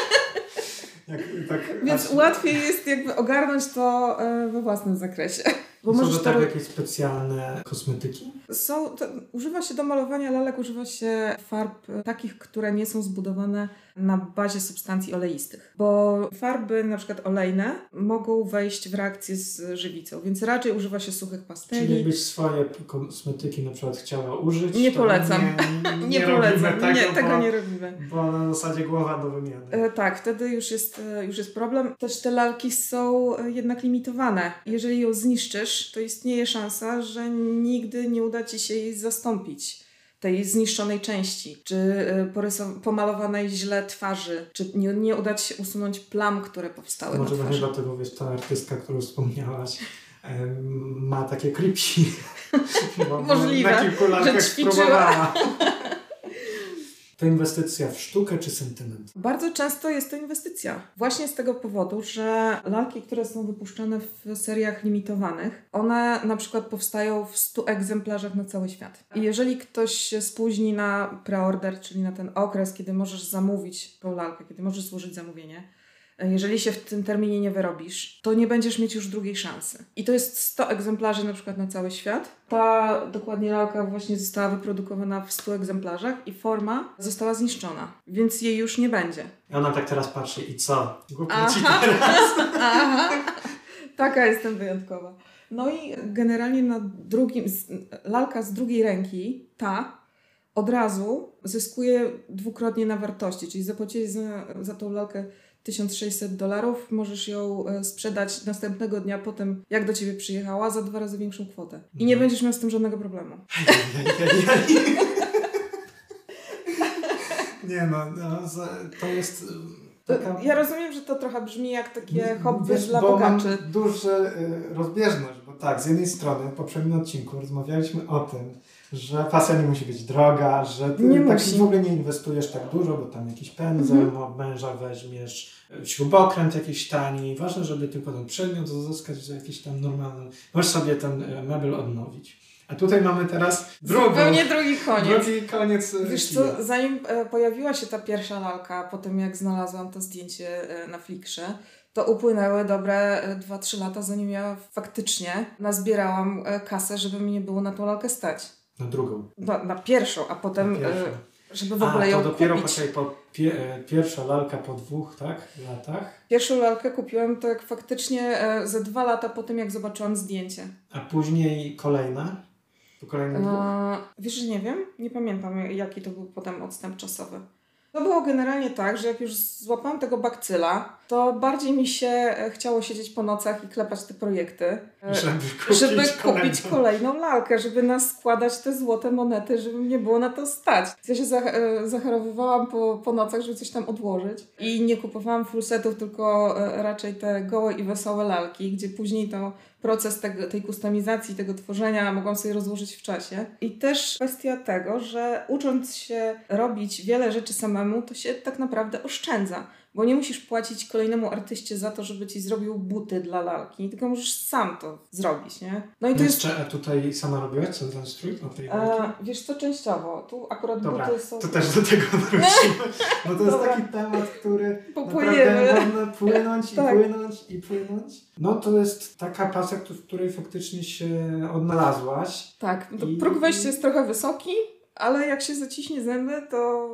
Więc łatwiej jest jakby ogarnąć to we własnym zakresie. Bo są do tego jakieś specjalne kosmetyki? Używa się do malowania lalek, używa się farb takich, które nie są zbudowane na bazie substancji oleistych. Bo farby na przykład olejne mogą wejść w reakcję z żywicą, więc raczej używa się suchych pasteli. Czyli jakbyś swoje kosmetyki na przykład chciała użyć, nie polecam. Nie polecam. Tego nie robimy. Bo na zasadzie głowa do wymiany. Tak, wtedy już jest problem. Też te lalki są jednak limitowane. Jeżeli ją zniszczysz, to istnieje szansa, że nigdy nie uda ci się jej zastąpić. Tej zniszczonej części, czy pomalowanej źle twarzy, czy nie uda ci się usunąć plam, które powstały na twarzy. Może właśnie dlatego, wiesz, ta artystka, którą wspomniałaś, ma takie krypsi. Możliwe, na kilku lalkach że ćwiczyła. To inwestycja w sztukę czy sentyment? Bardzo często jest to inwestycja. Właśnie z tego powodu, że lalki, które są wypuszczane w seriach limitowanych, one na przykład powstają w 100 egzemplarzach na cały świat. I jeżeli ktoś się spóźni na preorder, czyli na ten okres, kiedy możesz zamówić tą lalkę, kiedy możesz złożyć zamówienie, jeżeli się w tym terminie nie wyrobisz, to nie będziesz mieć już drugiej szansy. I to jest 100 egzemplarzy na przykład na cały świat. Ta dokładnie lalka właśnie została wyprodukowana w 100 egzemplarzach i forma została zniszczona, więc jej już nie będzie. I ona tak teraz patrzy i co? Głupio ci teraz. Aha. Taka jestem wyjątkowa. No i generalnie lalka z drugiej ręki, od razu zyskuje dwukrotnie na wartości, czyli zapłaciłeś za tą lalkę $1600, możesz ją sprzedać następnego dnia po tym, jak do ciebie przyjechała, za 2 razy większą kwotę. I nie będziesz miał z tym żadnego problemu. Nie to jest... Ja rozumiem, że to trochę brzmi jak takie hobby dla bogaczy. Bo mam dużą rozbieżność, bo tak, z jednej strony w poprzednim odcinku rozmawialiśmy o tym, że pasja nie musi być droga, że ty w ogóle nie inwestujesz tak dużo, bo tam jakiś pędzel, męża weźmiesz, śrubokręt jakiś tani. Ważne, żeby tylko ten przedmiot uzyskać za jakiś tam normalny. Możesz sobie ten mebel odnowić. A tutaj mamy teraz zupełnie drugi koniec. Drugi koniec. Wiesz co, zanim pojawiła się ta pierwsza lalka, po tym jak znalazłam to zdjęcie na Flickrze, to upłynęły dobre 2-3 lata, zanim ja faktycznie nazbierałam kasę, żeby mi nie było na tą lalkę stać. Na drugą. Na pierwszą, a potem żeby w ogóle ją kupić. Dopiero pierwsza lalka po 2, tak, latach? Pierwszą lalkę kupiłam tak faktycznie ze 2 lata po tym, jak zobaczyłam zdjęcie. A później kolejna? Po kolejnych 2? Wiesz, że nie wiem? Nie pamiętam, jaki to był potem odstęp czasowy. To było generalnie tak, że jak już złapałam tego bakcyla, to bardziej mi się chciało siedzieć po nocach i klepać te projekty, żeby kupić kolejną lalkę, żeby naskładać te złote monety, żeby mnie było na to stać. Ja się zacharowywałam po nocach, żeby coś tam odłożyć i nie kupowałam full setów, tylko raczej te gołe i wesołe lalki, gdzie później to proces tej kustomizacji, tego tworzenia mogłam sobie rozłożyć w czasie. I też kwestia tego, że ucząc się robić wiele rzeczy samemu, to się tak naprawdę oszczędza. Bo nie musisz płacić kolejnemu artyście za to, żeby ci zrobił buty dla lalki, tylko możesz sam to zrobić, nie? No i to jest... A tutaj sama robiłaś ten strój? Wiesz co, częściowo. Tu akurat buty są... to też do tego wrócimy. Bo to jest taki temat, który naprawdę można płynąć i płynąć i płynąć. No to jest taka pasja, w której faktycznie się odnalazłaś. Tak, próg wejścia jest trochę wysoki, ale jak się zaciśnie zęby, to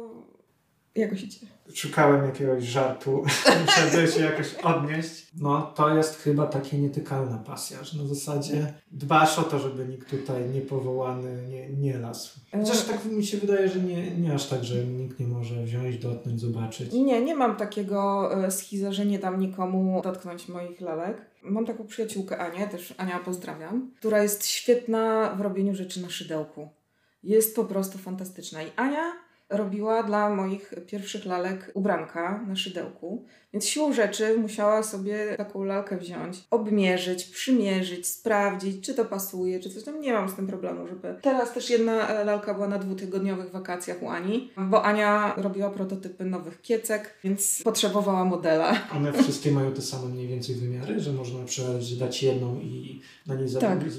jakoś idzie. Szukałem jakiegoś żartu, żeby się jakoś odnieść. No to jest chyba taka nietykalna pasja, że na zasadzie dbasz o to, żeby nikt tutaj niepowołany nie lasł. Chociaż tak mi się wydaje, że nie aż tak, że nikt nie może wziąć, dotknąć, zobaczyć. Nie mam takiego schiza, że nie dam nikomu dotknąć moich lalek. Mam taką przyjaciółkę Anię, też Ania pozdrawiam, która jest świetna w robieniu rzeczy na szydełku. Jest po prostu fantastyczna. I Ania robiła dla moich pierwszych lalek ubranka na szydełku, więc siłą rzeczy musiała sobie taką lalkę wziąć, obmierzyć, przymierzyć, sprawdzić, czy to pasuje, czy coś tam. Nie mam z tym problemu, żeby... Teraz też jedna lalka była na 2-tygodniowych wakacjach u Ani, bo Ania robiła prototypy nowych kiecek, więc potrzebowała modela. One wszystkie mają te same mniej więcej wymiary, że można na przykład dać jedną i na niej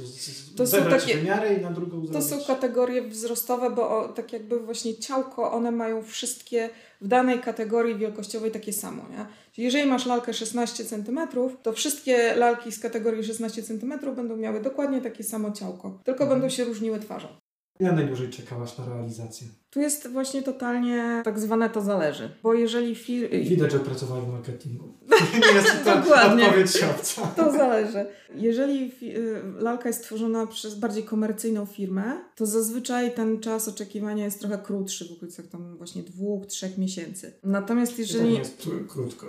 zebrać wymiary i na drugą zrobić. To są kategorie wzrostowe, bo tak jakby właśnie ciałko, one mają wszystkie w danej kategorii wielkościowej takie samo, nie? Czyli jeżeli masz lalkę 16 cm, to wszystkie lalki z kategorii 16 cm będą miały dokładnie takie samo ciałko, tylko będą się różniły twarzą. Ile najdłużej czekałaś na realizację? Tu jest właśnie totalnie tak zwane to zależy, bo jeżeli Widać, że pracowałeś w marketingu. Nie jest to odpowiedź siowca. To zależy. Jeżeli lalka jest tworzona przez bardziej komercyjną firmę, to zazwyczaj ten czas oczekiwania jest trochę krótszy, w okolicach tam właśnie 2-3 miesięcy. Natomiast jeżeli... To nie jest krótko.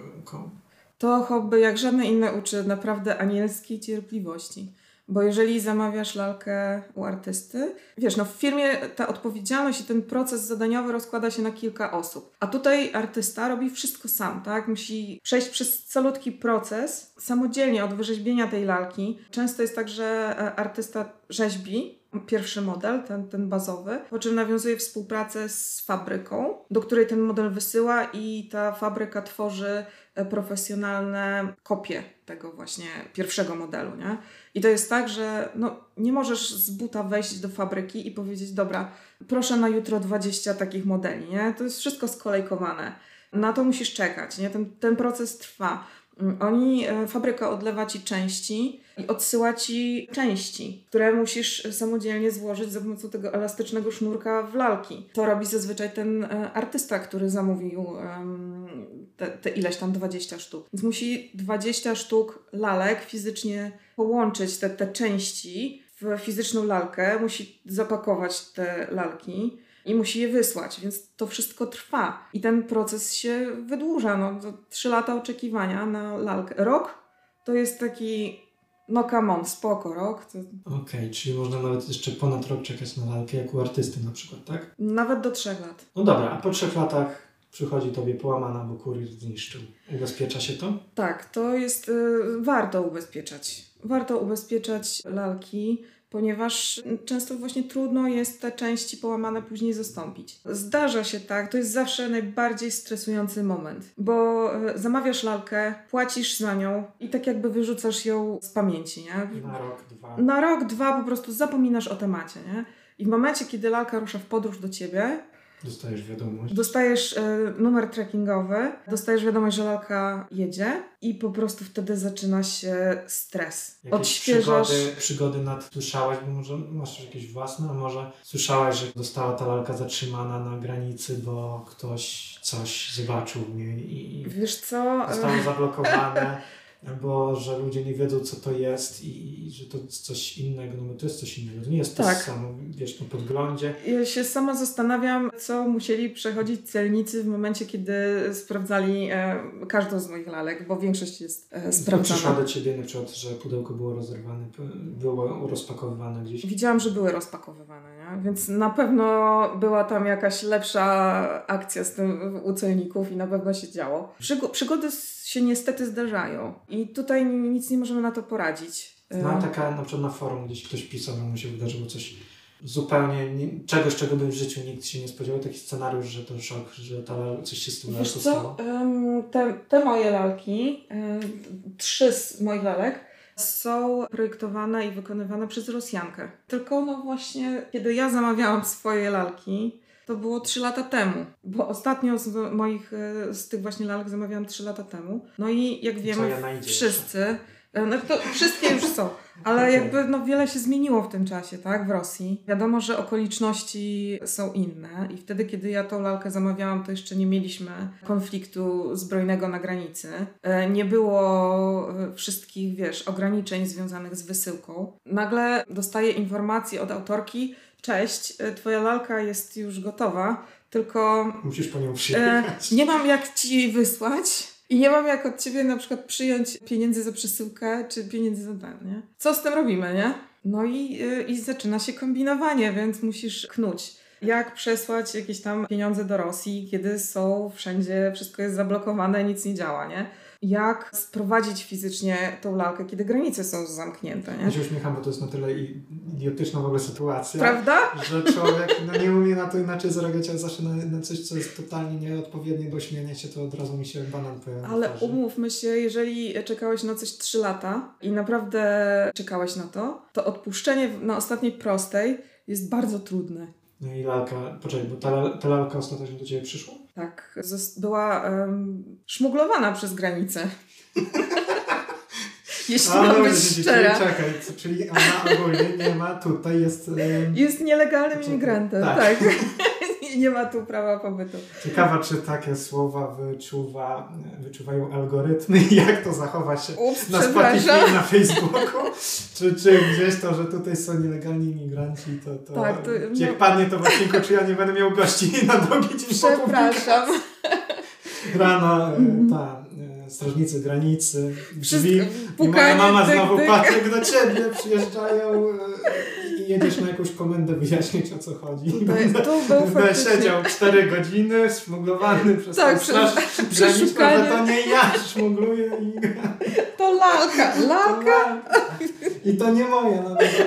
To hobby jak żadne inne uczy naprawdę anielskiej cierpliwości. Bo jeżeli zamawiasz lalkę u artysty, wiesz, no w firmie ta odpowiedzialność i ten proces zadaniowy rozkłada się na kilka osób. A tutaj artysta robi wszystko sam, tak? Musi przejść przez calutki proces samodzielnie od wyrzeźbienia tej lalki. Często jest tak, że artysta rzeźbi pierwszy model, ten bazowy, po czym nawiązuje współpracę z fabryką, do której ten model wysyła i ta fabryka tworzy profesjonalne kopie tego właśnie pierwszego modelu, nie? I to jest tak, że nie możesz z buta wejść do fabryki i powiedzieć, dobra, proszę na jutro 20 takich modeli, nie? To jest wszystko skolejkowane. Na to musisz czekać, nie? Ten proces trwa. Fabryka odlewa ci części i odsyła ci części, które musisz samodzielnie złożyć za pomocą tego elastycznego sznurka w lalki. To robi zazwyczaj ten artysta, który zamówił te ileś tam 20 sztuk. Więc musi 20 sztuk lalek fizycznie połączyć te części w fizyczną lalkę, musi zapakować te lalki i musi je wysłać, więc to wszystko trwa. I ten proces się wydłuża. 3 lata oczekiwania na lalkę. Rok to jest taki, come on, spoko, rok. Okej, czyli można nawet jeszcze ponad rok czekać na lalkę, jak u artysty na przykład, tak? Nawet do 3 lat. No dobra, a po 3 latach przychodzi tobie połamana, bo kurier zniszczył. Ubezpiecza się to? Tak, to jest... warto ubezpieczać. Warto ubezpieczać lalki, ponieważ często właśnie trudno jest te części połamane później zastąpić. Zdarza się tak, to jest zawsze najbardziej stresujący moment, bo zamawiasz lalkę, płacisz za nią i tak jakby wyrzucasz ją z pamięci, nie? Na rok, dwa. Na rok, dwa po prostu zapominasz o temacie, nie? I w momencie, kiedy lalka rusza w podróż do ciebie, dostajesz wiadomość. Dostajesz numer trackingowy, dostajesz wiadomość, że lalka jedzie i po prostu wtedy zaczyna się stres. Jakieś Odświeżasz... przygody słyszałaś, bo może masz jakieś własne, a może słyszałaś, że została ta lalka zatrzymana na granicy, bo ktoś coś zobaczył w niej i wiesz co? zostało zablokowane. Bo że ludzie nie wiedzą, co to jest i że to jest coś innego. No to jest coś innego. To nie jest to samo, wiesz, na podglądzie. Ja się sama zastanawiam, co musieli przechodzić celnicy w momencie, kiedy sprawdzali każdą z moich lalek, bo większość jest sprawdzana. Przyszła do ciebie na przykład, że pudełko było rozerwane, było rozpakowywane gdzieś? Widziałam, że były rozpakowywane, nie? Więc na pewno była tam jakaś lepsza akcja z tym u celników i na pewno się działo. Przygody się niestety zdarzają i tutaj nic nie możemy na to poradzić. No taka na przykład na forum gdzieś ktoś pisał, że mu się wydarzyło coś zupełnie, czegoś, czego by w życiu nikt się nie spodziewał, taki scenariusz, że to szok, że coś się z tym lalką stało. Te moje lalki, 3 z moich lalek są projektowane i wykonywane przez Rosjankę. Tylko no właśnie, kiedy ja zamawiałam swoje lalki, to było 3 lata temu, bo ostatnio z tych właśnie lalek zamawiałam 3 lata temu. No i jak wiemy, wszyscy, no to wszystkie już są, ale jakby no wiele się zmieniło w tym czasie, tak, w Rosji. Wiadomo, że okoliczności są inne i wtedy, kiedy ja tą lalkę zamawiałam, to jeszcze nie mieliśmy konfliktu zbrojnego na granicy. Nie było wszystkich, wiesz, ograniczeń związanych z wysyłką. Nagle dostaję informację od autorki: cześć, twoja lalka jest już gotowa, tylko musisz po nią przyjechać. Nie mam jak ci wysłać i nie mam jak od ciebie na przykład przyjąć pieniędzy za przesyłkę czy pieniędzy za ten, nie? Co z tym robimy, nie? No i zaczyna się kombinowanie, więc musisz knuć. Jak przesłać jakieś tam pieniądze do Rosji, kiedy są wszędzie, wszystko jest zablokowane, nic nie działa, nie? Jak sprowadzić fizycznie tą lalkę, kiedy granice są zamknięte, nie? Ja się uśmiecham, bo to jest na tyle idiotyczna w ogóle sytuacja. Prawda? Że człowiek nie umie na to inaczej zareagować, ale zawsze na coś, co jest totalnie nieodpowiednie do śmiania się, to od razu mi się banan pojawia. Ale umówmy się, jeżeli czekałeś na coś 3 lata i naprawdę czekałeś na to odpuszczenie na ostatniej prostej jest bardzo trudne. No i lalka, poczekaj, bo ta lalka ostatecznie do ciebie przyszła? Tak, była szmuglowana przez granicę. Jeśli mam być szczera. Czekaj, czyli ona ogólnie nie ma, tutaj jest... Jest nielegalnym imigrantem, tak. I nie ma tu prawa pobytu. Ciekawa, czy takie słowa wyczuwają algorytmy i jak to zachowa się na Spotify, na Facebooku, czy gdzieś to, że tutaj są nielegalni imigranci, to tak, jak padnie to w odcinku, czy ja nie będę miał gości na drugi dzień. Przepraszam. Rano strażnicy granicy, drzwi i moja mama znowu patrzy do ciebie, przyjeżdżają i jedziesz na jakąś komendę wyjaśnić, o co chodzi. Będę siedział 4 godziny szmuglowany przez straż graniczną, że to nie ja szmugluję. To lalka. I to nie moja.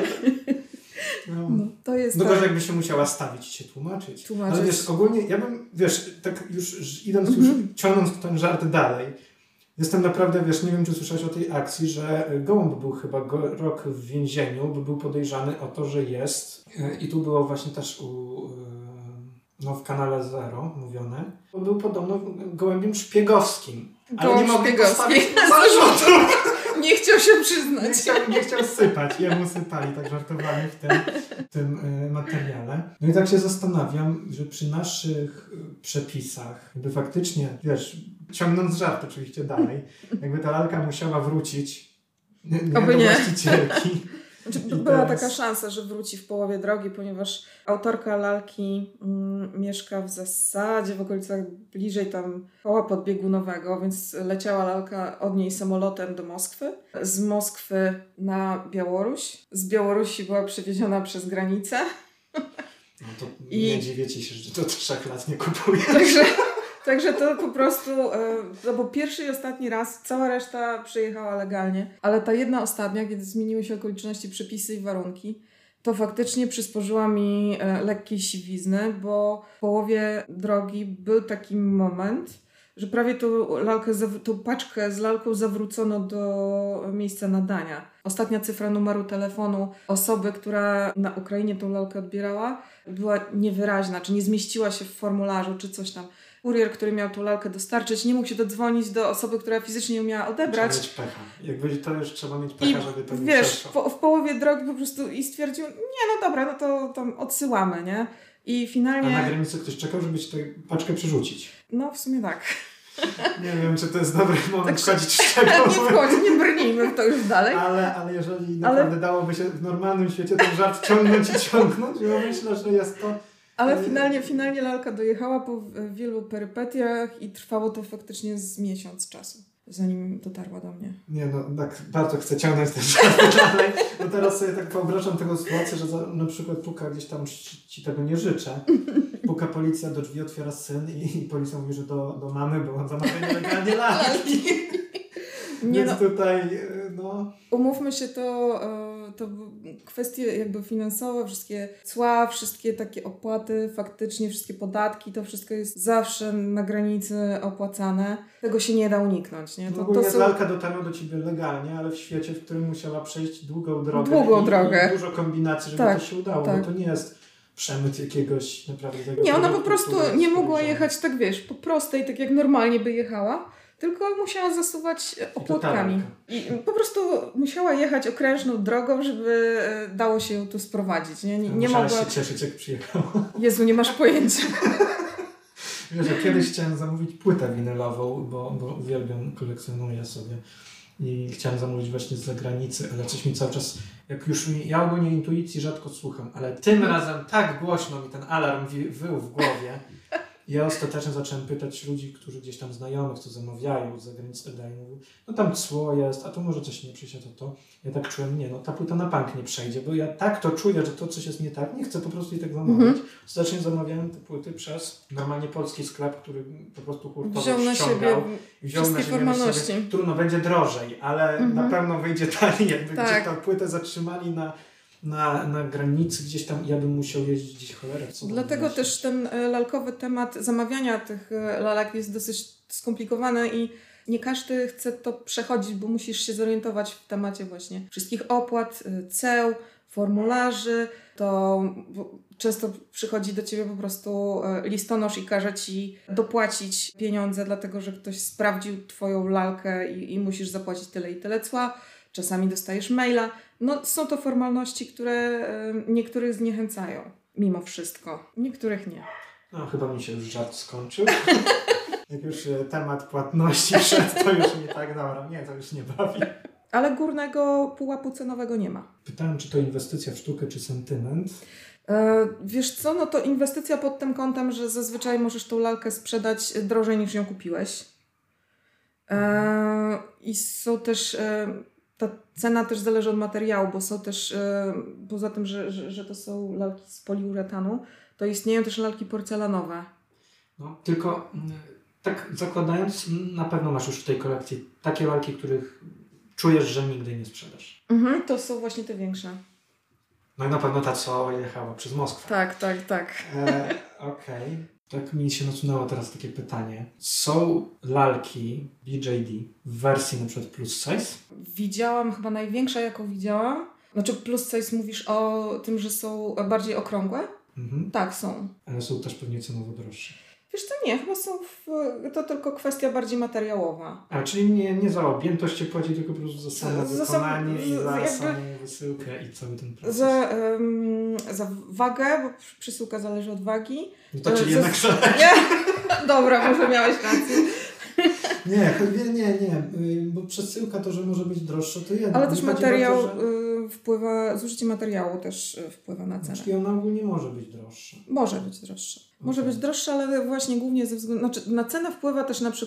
No, to jest no gorzej jakby się musiała stawić i się tłumaczyć. Ale wiesz, ogólnie ja bym, tak już idąc, ciągnąc ten żart dalej, jestem naprawdę, nie wiem, czy słyszałeś o tej akcji, że Gołąb był chyba rok w więzieniu, bo był podejrzany o to, że jest, i tu było właśnie też w kanale Zero mówione, bo był podobno gołębiem szpiegowskim. Ale nie mogli postawić zarzutów. Nie chciał się przyznać. Nie chciał sypać. Jemu sypali, tak żartowali w tym materiale. No i tak się zastanawiam, że przy naszych przepisach, jakby faktycznie, ciągnąc żart oczywiście dalej, jakby ta lalka musiała wrócić do właścicielki. Była taka szansa, że wróci w połowie drogi, ponieważ autorka lalki mieszka w zasadzie w okolicach bliżej tam koła podbiegunowego, więc leciała lalka od niej samolotem do Moskwy. Z Moskwy na Białoruś. Z Białorusi była przewieziona przez granicę. No to nie dziwię ci się, że to 3 lat nie kupuje. Także to po prostu, no bo pierwszy i ostatni raz, cała reszta przyjechała legalnie, ale ta jedna ostatnia, kiedy zmieniły się okoliczności, przepisy i warunki, to faktycznie przysporzyła mi lekkiej siwizny, bo w połowie drogi był taki moment, że prawie tą paczkę z lalką zawrócono do miejsca nadania. Ostatnia cyfra numeru telefonu osoby, która na Ukrainie tą lalkę odbierała, była niewyraźna, czy nie zmieściła się w formularzu, czy coś tam. Kurier, który miał tą lalkę dostarczyć, nie mógł się dodzwonić do osoby, która fizycznie ją miała odebrać. Trzeba mieć pecha. Jak będzie to już trzeba mieć pecha, żeby to nie wiesz, przeszło. w połowie drogi po prostu i stwierdził, nie, no dobra, no to tam odsyłamy, nie? I finalnie... A na granicy ktoś czekał, żeby ci tę paczkę przerzucić. No, w sumie tak. Nie wiem, czy to jest dobry moment wchodzić w szczegóły. Nie wchodź, nie brnijmy w to już dalej. Ale jeżeli naprawdę dałoby się w normalnym świecie ten żart ciągnąć, ja myślę, że jest to... Ale finalnie lalka dojechała po wielu perypetiach i trwało to faktycznie z miesiąc czasu, zanim dotarła do mnie. Nie no, tak bardzo chcę ciągnąć ten żart dalej, bo teraz sobie tak wyobrażam taką sytuację, że na przykład puka gdzieś tam, ci tego nie życzę, puka policja do drzwi, otwiera syn i policja mówi, że do mamy, bo on zamawia nielegalnie lalki. Więc tutaj, no... Umówmy się, to kwestie jakby finansowe, wszystkie cła, wszystkie takie opłaty, faktycznie wszystkie podatki, to wszystko jest zawsze na granicy opłacane. Tego się nie da uniknąć, nie? Lalka dotarła do ciebie legalnie, ale w świecie, w którym musiała przejść długą drogę. drogę. I dużo kombinacji, żeby to się udało, bo to nie jest przemyt jakiegoś naprawdę... Nie, ona po prostu nie mogła jechać tak, wiesz, po prostej, tak jak normalnie by jechała, tylko musiała zasuwać opłotkami. I po prostu musiała jechać okrężną drogą, żeby dało się ją tu sprowadzić. Nie mogła się cieszyć, jak przyjechała. Jezu, nie masz pojęcia. Wiesz, że kiedyś chciałem zamówić płytę winylową, bo uwielbiam, kolekcjonuję sobie. I chciałem zamówić właśnie z zagranicy, ale coś mi cały czas, ja ogólnie intuicji rzadko słucham, ale tym razem tak głośno mi ten alarm wył w głowie. Ja ostatecznie zacząłem pytać ludzi, którzy gdzieś tam znajomych, co zamawiają z zagranicy, tak dalej. Mówią, no tam cło jest, a tu może coś nie przyjdzie, to. Ja tak czułem, ta płyta na bank nie przejdzie, bo ja tak to czuję, że to coś jest nie tak, nie chcę po prostu jej tak zamawiać. Ostatecznie zamawiałem te płyty przez normalnie polski sklep, który po prostu hurtowo wziął na siebie formalności. Trudno, będzie drożej, ale na pewno wyjdzie taniej, jakby gdzieś tam płytę zatrzymali na granicy gdzieś tam, ja bym musiał jeździć gdzieś cholerę. Dlatego też ten lalkowy temat zamawiania tych lalek jest dosyć skomplikowany i nie każdy chce to przechodzić, bo musisz się zorientować w temacie właśnie wszystkich opłat, ceł, formularzy. To często przychodzi do ciebie po prostu listonosz i każe ci dopłacić pieniądze, dlatego że ktoś sprawdził twoją lalkę i musisz zapłacić tyle i tyle cła. Czasami dostajesz maila. No, są to formalności, które niektórych zniechęcają. Mimo wszystko. Niektórych nie. No, chyba mi się już żart skończył. Jak już temat płatności wszedł, to już nie tak dobra. Nie, to już nie bawi. Ale górnego pułapu cenowego nie ma. Pytałem, czy to inwestycja w sztukę, czy sentyment? Wiesz co, no to inwestycja pod tym kątem, że zazwyczaj możesz tą lalkę sprzedać drożej niż ją kupiłeś. I są też... Ta cena też zależy od materiału, bo są też, poza tym, że to są lalki z poliuretanu, to istnieją też lalki porcelanowe. No, tylko tak zakładając, na pewno masz już w tej kolekcji takie lalki, których czujesz, że nigdy nie sprzedasz. To są właśnie te większe. No i na pewno ta, co jechała przez Moskwę. Tak. Okej. Tak mi się nasunęło teraz takie pytanie. Są lalki BJD w wersji na przykład plus size? Widziałam, chyba największa jaką widziałam. Znaczy plus size mówisz o tym, że są bardziej okrągłe? Tak, są. Ale są też pewnie cenowo droższe. Wiesz co, nie, chyba są to tylko kwestia bardziej materiałowa. A, czyli nie za objętość cię płaci, tylko po prostu za samo wykonanie i za samą wysyłkę i cały ten proces. Za wagę, bo przesyłka zależy od wagi. No to czyli jednak nie? Dobra, może miałeś rację. Nie, bo przesyłka to, że może być droższa, to jedno. Ale też materiał wpływa, zużycie materiału też wpływa na cenę. Czyli ona ogólnie może być droższa. Może być droższa. Może być droższa, ale właśnie głównie ze względu... Znaczy, na cenę wpływa też na przykład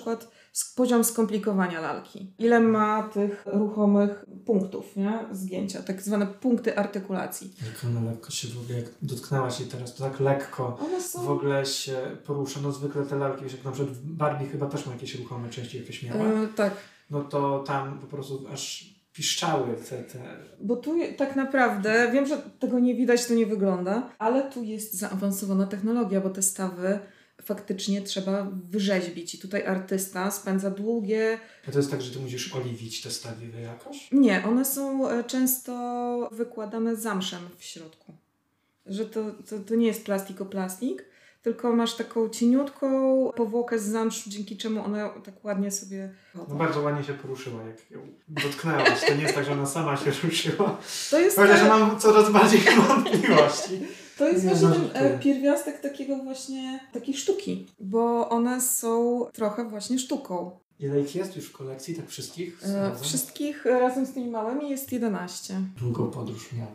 poziom skomplikowania lalki. Ile ma tych ruchomych punktów, nie? Zgięcia, tak zwane punkty artykulacji. Jak ona lekko się w ogóle, jak dotknęłaś jej teraz, to tak lekko w ogóle się porusza. No zwykle te lalki, wiesz, jak na przykład Barbie chyba też ma jakieś ruchome części, jakieś miała. Tak. No to tam po prostu aż piszczały te... Bo tu tak naprawdę, wiem, że tego nie widać, to nie wygląda, ale tu jest zaawansowana technologia, bo te stawy faktycznie trzeba wyrzeźbić i tutaj artysta spędza długie... A to jest tak, że ty musisz oliwić te stawy jakoś? Nie, one są często wykładane zamszem w środku. Że to nie jest plastiko-plastik, tylko masz taką cieniutką powłokę z zamszu, dzięki czemu ona tak ładnie sobie chodzą. No bardzo ładnie się poruszyła, jak ją dotknęłaś. To nie jest tak, że ona sama się ruszyła. To jest chociaż mam coraz bardziej wątpliwości. To jest właśnie ten pierwiastek takiej sztuki, bo one są trochę właśnie sztuką. Ile ich jest już w kolekcji, tak wszystkich? Wszystkich razem z tymi małymi jest 11. Długą podróż miałem.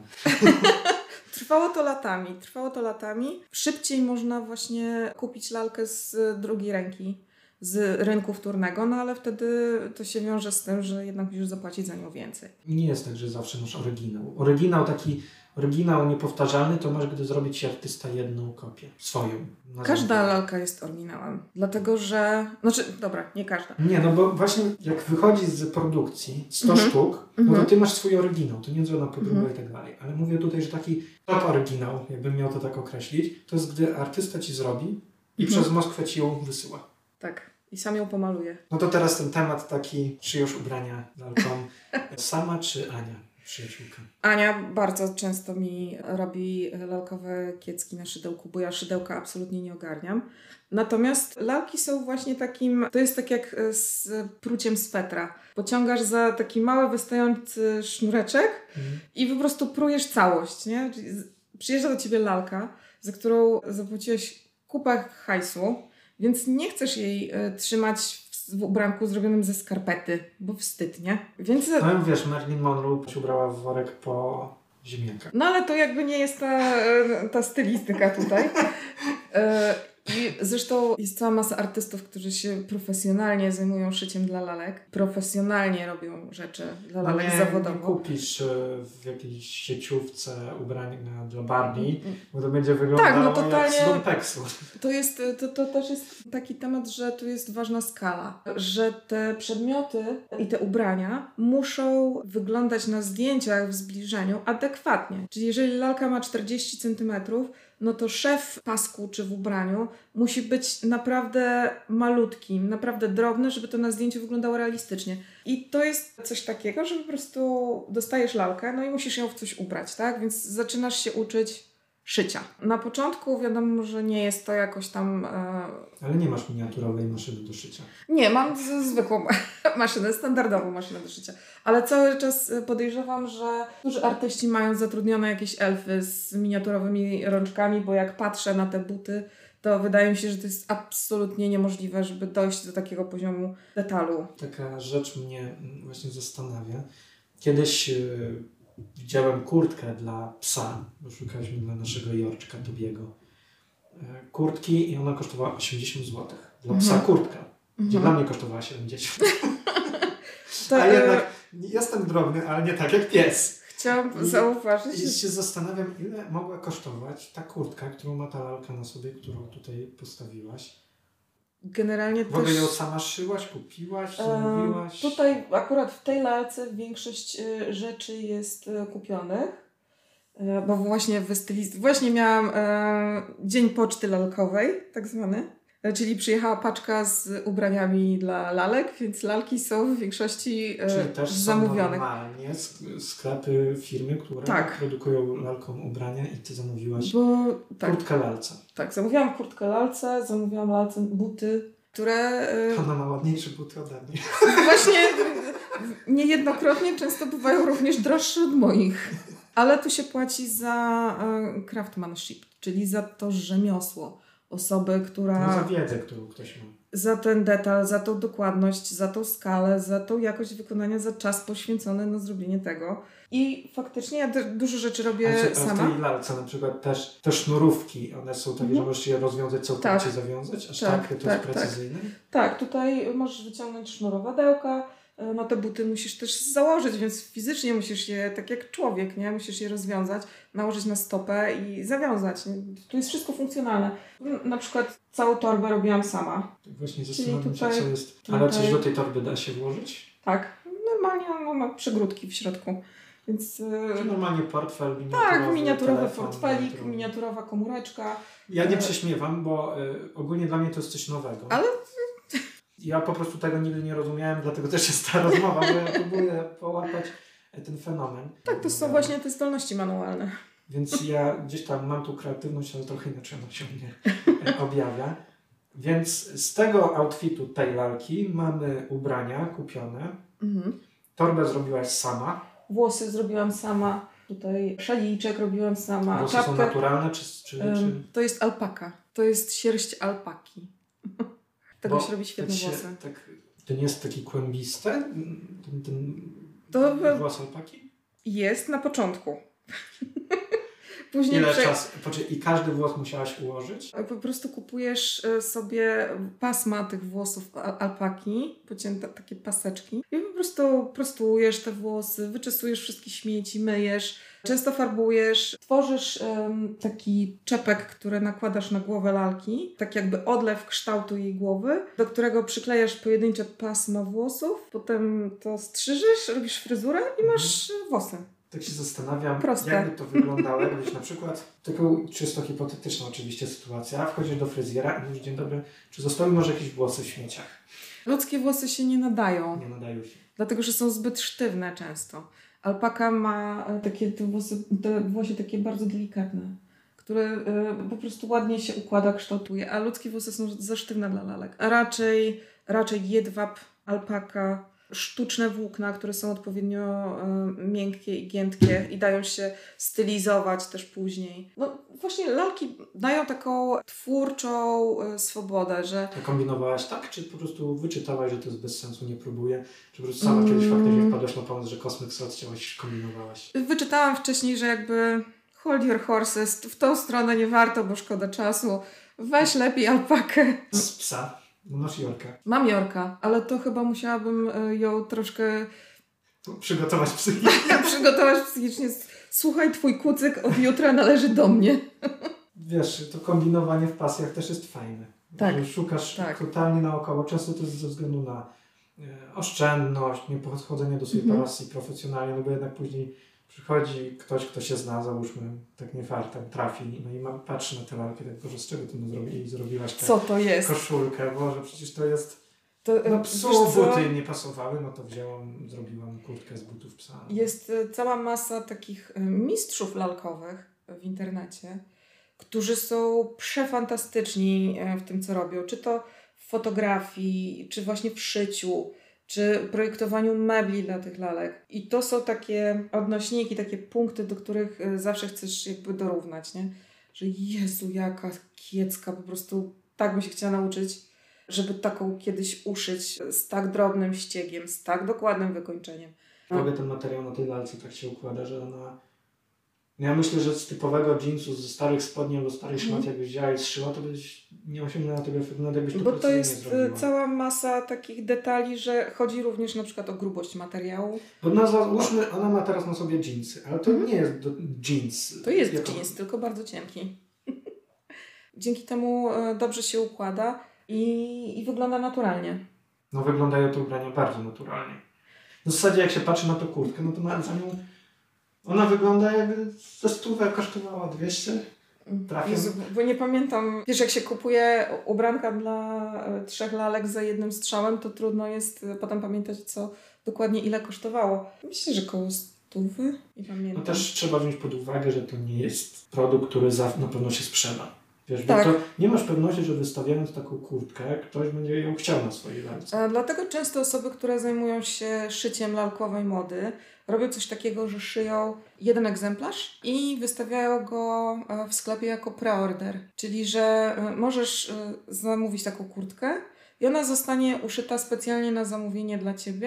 Trwało to latami. Szybciej można właśnie kupić lalkę z drugiej ręki, z rynku wtórnego, no ale wtedy to się wiąże z tym, że jednak musisz zapłacić za nią więcej. Nie jest tak, że zawsze masz oryginał. Oryginał niepowtarzalny to masz, gdy zrobić ci artysta jedną kopię. Swoją. Każda lalka jest oryginałem. Dlatego, że... nie każda. Nie, no bo właśnie jak wychodzi z produkcji 100 sztuk, no to ty masz swój oryginał. To nie jest żadna podróba i tak dalej. Ale mówię tutaj, że taki top oryginał, jakbym miał to tak określić, to jest gdy artysta ci zrobi i przez Moskwę ci ją wysyła. Tak. I sam ją pomaluje. No to teraz ten temat taki, szyjesz ubrania lalką. Sama czy Ania? Przyjaciółka. Ania bardzo często mi robi lalkowe kiecki na szydełku, bo ja szydełka absolutnie nie ogarniam. Natomiast lalki są właśnie takim, to jest tak jak z pruciem swetra. Pociągasz za taki mały, wystający sznureczek i po prostu prujesz całość, nie? Czyli przyjeżdża do ciebie lalka, za którą zapłaciłeś kupę hajsu, więc nie chcesz jej trzymać w ubranku zrobionym ze skarpety, bo wstyd, nie? Więc... No wiesz, Marilyn Monroe się ubrała w worek po ziemniakach. No ale to jakby nie jest ta stylistyka tutaj. I zresztą jest cała masa artystów, którzy się profesjonalnie zajmują szyciem dla lalek. Profesjonalnie robią rzeczy dla lalek zawodowo. Nie kupisz w jakiejś sieciówce ubrania dla Barbie, bo to będzie wyglądało jak z lumpeksu. To też jest taki temat, że tu jest ważna skala. Że te przedmioty i te ubrania muszą wyglądać na zdjęciach w zbliżeniu adekwatnie. Czyli jeżeli lalka ma 40 cm, no to szef pasku czy w ubraniu musi być naprawdę malutkim, naprawdę drobny, żeby to na zdjęciu wyglądało realistycznie. I to jest coś takiego, że po prostu dostajesz lalkę, no i musisz ją w coś ubrać, tak? Więc zaczynasz się uczyć szycia. Na początku wiadomo, że nie jest to jakoś tam... Ale nie masz miniaturowej maszyny do szycia. Nie, mam zwykłą maszynę, standardową maszynę do szycia. Ale cały czas podejrzewam, że duży artyści mają zatrudnione jakieś elfy z miniaturowymi rączkami, bo jak patrzę na te buty, to wydaje mi się, że to jest absolutnie niemożliwe, żeby dojść do takiego poziomu detalu. Taka rzecz mnie właśnie zastanawia. Kiedyś widziałem kurtkę dla psa, bo szukaliśmy dla naszego Jorczka Tobiego. Kurtki i ona kosztowała 80 zł. Dla psa kurtka, gdzie dla mnie kosztowała 70. A jednak jestem drobny, ale nie tak jak pies. Chciałam zauważyć. I się zastanawiam, ile mogła kosztować ta kurtka, którą ma ta lalka na sobie, którą tutaj postawiłaś. Generalnie w ogóle ją sama szyłaś, kupiłaś, zamówiłaś? Tutaj akurat w tej lalce większość rzeczy jest kupionych, bo właśnie miałam dzień poczty lalkowej, tak zwany. Czyli przyjechała paczka z ubraniami dla lalek, więc lalki są w większości Czyli też zamówionych. Są normalnie sklepy, firmy, które produkują lalkom ubrania i ty zamówiłaś kurtkę lalce. Tak, zamówiłam kurtkę lalce, zamówiłam lalce buty, które... Ona ma ładniejsze buty ode mnie. Właśnie niejednokrotnie często bywają również droższe od moich. Ale tu się płaci za craftsmanship, czyli za to rzemiosło osoby, która... No za wiedzę, którą ktoś ma. Za ten detal, za tą dokładność, za tą skalę, za tą jakość wykonania, za czas poświęcony na zrobienie tego. I faktycznie ja dużo rzeczy robię sama. A w tej lalce na przykład też te sznurówki, one są takie, że możesz je rozwiązać, całkowicie zawiązać? Aż tak to jest precyzyjne? Tak, tutaj możesz wyciągnąć sznurowadełka, no te buty musisz też założyć, więc fizycznie musisz je, tak jak człowiek, nie? Musisz je rozwiązać, nałożyć na stopę i zawiązać. Nie? Tu jest wszystko funkcjonalne. Na przykład całą torbę robiłam sama. Tak właśnie zastanawiam się, co jest. Ale coś do tej torby da się włożyć? Tak, normalnie ona ma przegródki w środku. Więc, czy normalnie portfel miniaturowy? Tak, miniaturowy portfelik, miniaturowa komóreczka. Ja nie prześmiewam, bo ogólnie dla mnie to jest coś nowego. Ale... Ja po prostu tego nigdy nie rozumiałem, dlatego też jest ta rozmowa, bo ja próbuję połapać ten fenomen. Tak, to są właśnie te zdolności manualne. Więc ja gdzieś tam mam tu kreatywność, ale trochę inaczej ona się mnie objawia. Więc z tego outfitu tej lalki mamy ubrania kupione. Torbę zrobiłaś sama. Włosy zrobiłam sama. Tutaj szaliczek robiłam sama. Włosy są naturalne czy... To jest alpaka. To jest sierść alpaki. Tego się robi świetne włosy. To nie jest taki kłębiste? Włos alpaki? Jest na początku. Później ile czasu? I każdy włos musiałaś ułożyć? Po prostu kupujesz sobie pasma tych włosów alpaki, pocięte takie paseczki i po prostu prostujesz te włosy, wyczesujesz wszystkie śmieci, myjesz, często farbujesz, tworzysz taki czepek, który nakładasz na głowę lalki, tak jakby odlew kształtu jej głowy, do którego przyklejasz pojedyncze pasma włosów, potem to strzyżysz, robisz fryzurę i masz włosy. Tak się zastanawiam, Proste. jakby to wyglądało, jakbyś na przykład, taką czysto hipotetyczną oczywiście sytuacja, wchodzisz do fryzjera i mówisz: dzień dobry, czy zostały może jakieś włosy w śmieciach? Ludzkie włosy się nie nadają. Nie nadają się. Dlatego, że są zbyt sztywne często. Alpaka ma te włosy takie bardzo delikatne, które po prostu ładnie się układa, kształtuje, a ludzkie włosy są za sztywne dla lalek. A raczej jedwab, alpaka, sztuczne włókna, które są odpowiednio miękkie i giętkie i dają się stylizować też później. No właśnie lalki dają taką twórczą swobodę, że... A kombinowałaś tak, czy po prostu wyczytałaś, że to jest bez sensu, nie próbuję? Czy po prostu sama kiedyś faktycznie wpadłaś na pomysł, że kosmyk co odcięłaś, kombinowałaś? Wyczytałam wcześniej, że jakby hold your horses, w tą stronę nie warto, bo szkoda czasu. Weź lepiej alpakę. Z psa. Masz Jorka. Mam Jorka, ale to chyba musiałabym ją troszkę... Przygotować psychicznie. Przygotować psychicznie. Słuchaj, twój kucyk od jutra należy do mnie. Wiesz, to kombinowanie w pasjach też jest fajne. Tak. Że szukasz totalnie naokoło. Często to jest ze względu na oszczędność, nie podchodzenie do swojej pasji profesjonalnie, no bo jednak później przychodzi ktoś, kto się zna, załóżmy, tak nie fartem, trafi, no i patrzy na tę lalkę, tak, Boże, z czego ty zrobiłaś tę Co to jest? koszulkę, Boże, przecież to jest... psu buty nie pasowały, no to zrobiłam kurtkę z butów psa. Jest cała masa takich mistrzów lalkowych w internecie, którzy są przefantastyczni w tym, co robią. Czy to w fotografii, czy właśnie w szyciu, czy projektowaniu mebli dla tych lalek. I to są takie odnośniki, takie punkty, do których zawsze chcesz jakby dorównać, nie? Że Jezu, jaka kiecka, po prostu tak bym się chciała nauczyć, żeby taką kiedyś uszyć z tak drobnym ściegiem, z tak dokładnym wykończeniem. W ogóle ten materiał na tej lalce tak się układa, że ona... Ja myślę, że z typowego jeansu, ze starych spodni albo starych szmat, jakbyś wzięła i zszyła, to byś nie osiągnęła tego efektu, nawet jakbyś to Bo to jest zrobiła. cała masa takich detali, że chodzi również na przykład o grubość materiału. Bo załóżmy, ona ma teraz na sobie jeansy, ale to nie jest jeans. To jest jeans, tylko bardzo cienki. Dzięki temu dobrze się układa i wygląda naturalnie. No wyglądają te ubrania bardzo naturalnie. W zasadzie jak się patrzy na tą kurtkę, no to nawet za nią ona wygląda jakby ze 100 kosztowała 200. Jezu, bo nie pamiętam. Wiesz, jak się kupuje ubranka dla 3 lalek za jednym strzałem, to trudno jest potem pamiętać, co dokładnie ile kosztowało. Myślę, że koło 100. Nie pamiętam. No też trzeba wziąć pod uwagę, że to nie jest produkt, który na pewno się sprzeda. Wiesz, tak. Bo to nie masz pewności, że wystawiając taką kurtkę, ktoś będzie ją chciał na swojej lalce. Dlatego często osoby, które zajmują się szyciem lalkowej mody, robią coś takiego, że szyją jeden egzemplarz i wystawiają go w sklepie jako preorder. Czyli, że możesz zamówić taką kurtkę i ona zostanie uszyta specjalnie na zamówienie dla Ciebie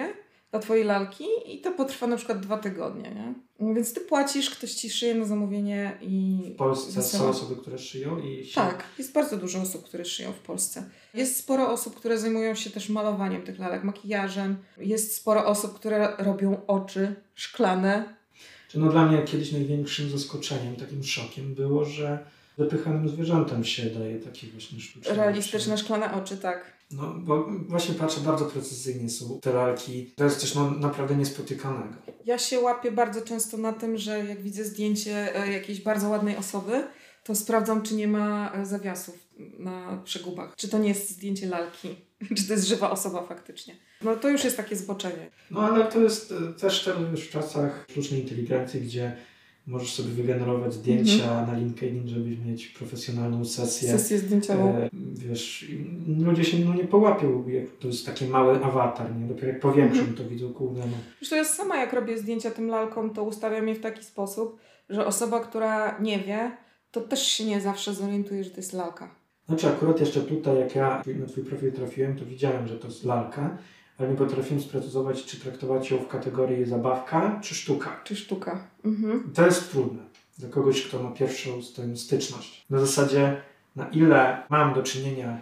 dla twojej lalki i to potrwa na przykład 2 tygodnie, nie? Więc ty płacisz, ktoś ci szyje na zamówienie i... W Polsce są osoby, które szyją Tak, jest bardzo dużo osób, które szyją w Polsce. Jest sporo osób, które zajmują się też malowaniem tych lalek, makijażem. Jest sporo osób, które robią oczy szklane. Dla mnie kiedyś największym zaskoczeniem, takim szokiem było, że wypychanym zwierzętom się daje takie właśnie sztuczne realistyczne szklane oczy, tak. No, bo właśnie patrzę, bardzo precyzyjnie są te lalki. To jest coś naprawdę niespotykanego. Ja się łapię bardzo często na tym, że jak widzę zdjęcie jakiejś bardzo ładnej osoby, to sprawdzam, czy nie ma zawiasów na przegubach. Czy to nie jest zdjęcie lalki. Czy to jest żywa osoba faktycznie. No to już jest takie zboczenie. No ale to jest też już w czasach sztucznej inteligencji, gdzie możesz sobie wygenerować zdjęcia na LinkedIn, żeby mieć profesjonalną sesję. Sesję zdjęciową. Wiesz, ludzie się nie połapią, jak to jest taki mały awatar, nie? Dopiero jak powiększą, to widzą, kurde, no. Zresztą ja sama jak robię zdjęcia tym lalkom, to ustawiam je w taki sposób, że osoba, która nie wie, to też się nie zawsze zorientuje, że to jest lalka. Znaczy akurat jeszcze tutaj, jak ja na twój profil trafiłem, to widziałem, że to jest lalka, ale nie potrafiłem sprecyzować, czy traktować ją w kategorii zabawka, czy sztuka. Czy sztuka. To jest trudne dla kogoś, kto ma pierwszą z tym styczność. Na zasadzie, na ile mam do czynienia,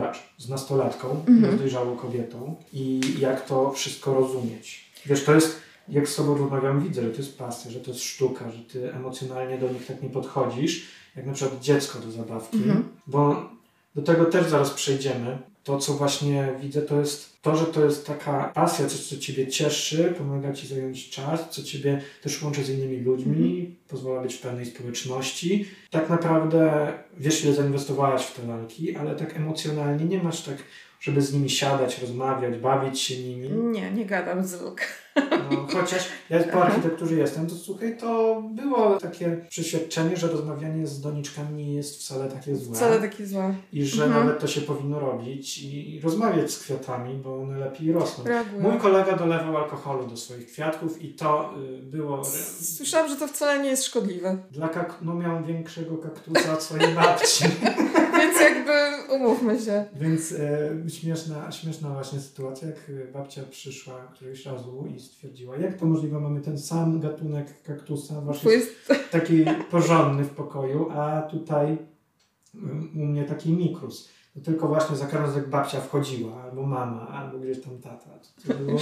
z nastolatką, dojrzałą kobietą i jak to wszystko rozumieć. Wiesz, to jest, jak z tobą rozmawiam, widzę, że to jest pasja, że to jest sztuka, że ty emocjonalnie do nich tak nie podchodzisz, jak na przykład dziecko do zabawki, bo do tego też zaraz przejdziemy. To, co właśnie widzę, to jest to, że to jest taka pasja, coś, co ciebie cieszy, pomaga ci zająć czas, co ciebie też łączy z innymi ludźmi, pozwala być w pewnej społeczności. Tak naprawdę wiesz, ile zainwestowałaś w te lalki, ale tak emocjonalnie nie masz tak, żeby z nimi siadać, rozmawiać, bawić się nimi. Nie gadam z luk. No, chociaż ja po architekturze jestem, to słuchaj, to było takie przeświadczenie, że rozmawianie z doniczkami nie jest wcale takie złe. Wcale takie złe. I że nawet to się powinno robić i rozmawiać z kwiatami, bo one lepiej rosną. Reaguję. Mój kolega dolewał alkoholu do swoich kwiatków i to było... Słyszałam, że to wcale nie jest szkodliwe. Miał większego kaktusa od swojej babci. Więc jakby umówmy się. Więc śmieszna właśnie sytuacja, jak babcia przyszła któregoś razu i stwierdziła, jak to możliwe, mamy ten sam gatunek kaktusa, właśnie taki porządny w pokoju, a tutaj u mnie taki mikrus. To tylko właśnie za każdym razem jak babcia wchodziła, albo mama, albo gdzieś tam tata. To było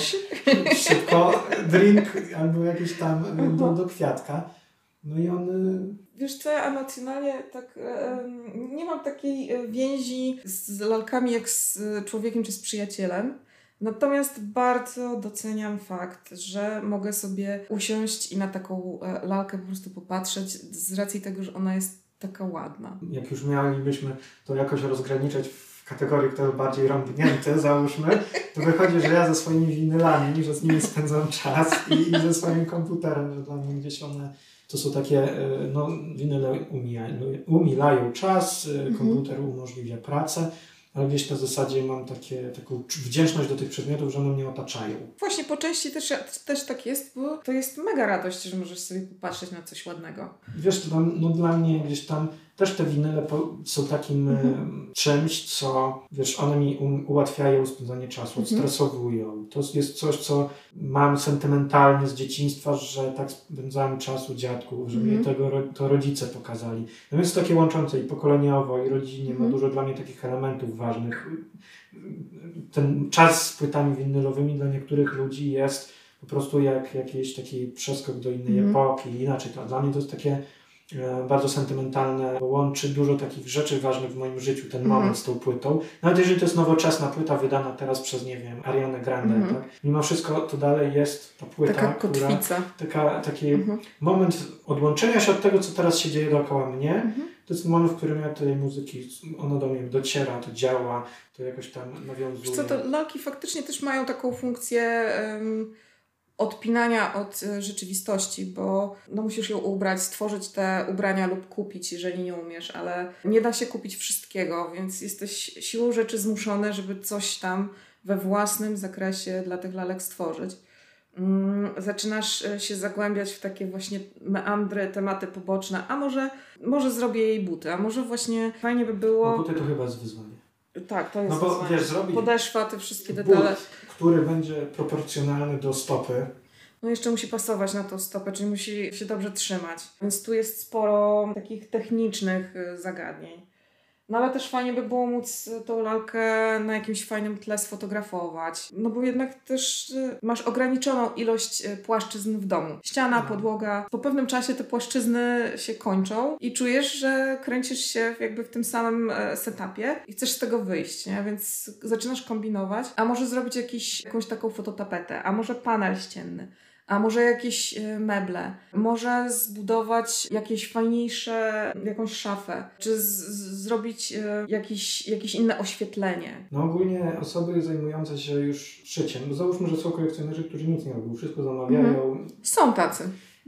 szybko drink, albo jakiś tam do kwiatka. No i on... Wiesz co, ja emocjonalnie tak nie mam takiej więzi z lalkami jak z człowiekiem czy z przyjacielem. Natomiast bardzo doceniam fakt, że mogę sobie usiąść i na taką lalkę po prostu popatrzeć z racji tego, że ona jest taka ładna. Jak już mielibyśmy to jakoś rozgraniczać w kategorii, kto bardziej rąbnięty, załóżmy, to wychodzi, że ja ze swoimi winylami, że z nimi spędzam czas i ze swoim komputerem, że dla mnie gdzieś one... To są takie, winyle umilają czas, komputer umożliwia pracę, ale gdzieś na zasadzie mam taką wdzięczność do tych przedmiotów, że one mnie otaczają. Właśnie po części też tak jest, bo to jest mega radość, że możesz sobie popatrzeć na coś ładnego. Wiesz, dla mnie gdzieś tam też te winyle są takim czymś, co, wiesz, one mi ułatwiają spędzanie czasu, odstresowują. To jest coś, co mam sentymentalnie z dzieciństwa, że tak spędzałem czas u dziadków, że mi to rodzice pokazali. No więc takie łączące i pokoleniowo, i rodzinnie, ma dużo dla mnie takich elementów ważnych. Ten czas z płytami winylowymi dla niektórych ludzi jest po prostu jak jakiś taki przeskok do innej epoki. Inaczej, dla mnie to jest takie bardzo sentymentalne, bo łączy dużo takich rzeczy ważnych w moim życiu, ten moment z tą płytą. Nawet jeżeli to jest nowoczesna płyta wydana teraz przez, nie wiem, Arianę Grande, tak? Mimo wszystko to dalej jest ta płyta, taka kotwica. Taki moment odłączenia się od tego, co teraz się dzieje dookoła mnie. To jest moment, w którym ja tej muzyki, ona do mnie dociera, to działa, to jakoś tam nawiązuje. Wiesz co, to lalki faktycznie też mają taką funkcję odpinania od rzeczywistości, bo musisz ją ubrać, stworzyć te ubrania lub kupić, jeżeli nie umiesz, ale nie da się kupić wszystkiego, więc jesteś siłą rzeczy zmuszony, żeby coś tam we własnym zakresie dla tych lalek stworzyć. Zaczynasz się zagłębiać w takie właśnie meandry, tematy poboczne, a może zrobię jej buty, a może właśnie fajnie by było... Buty to chyba jest wyzwanie. Tak, to jest no bo wiesz, zrobić podeszwa, te wszystkie detale. Który będzie proporcjonalny do stopy. No jeszcze musi pasować na tą stopę, czyli musi się dobrze trzymać. Więc tu jest sporo takich technicznych zagadnień. No ale też fajnie by było móc tą lalkę na jakimś fajnym tle sfotografować. No bo jednak też masz ograniczoną ilość płaszczyzn w domu. Ściana, podłoga. Po pewnym czasie te płaszczyzny się kończą i czujesz, że kręcisz się jakby w tym samym setupie i chcesz z tego wyjść, nie? Więc zaczynasz kombinować. A może zrobić jakąś taką fototapetę, a może panel ścienny. A może jakieś meble, może zbudować jakieś fajniejsze, jakąś szafę, czy zrobić jakieś inne oświetlenie. No ogólnie osoby zajmujące się już szyciem, bo załóżmy, że są kolekcjonerzy, którzy nic nie robią, wszystko zamawiają. Są tacy.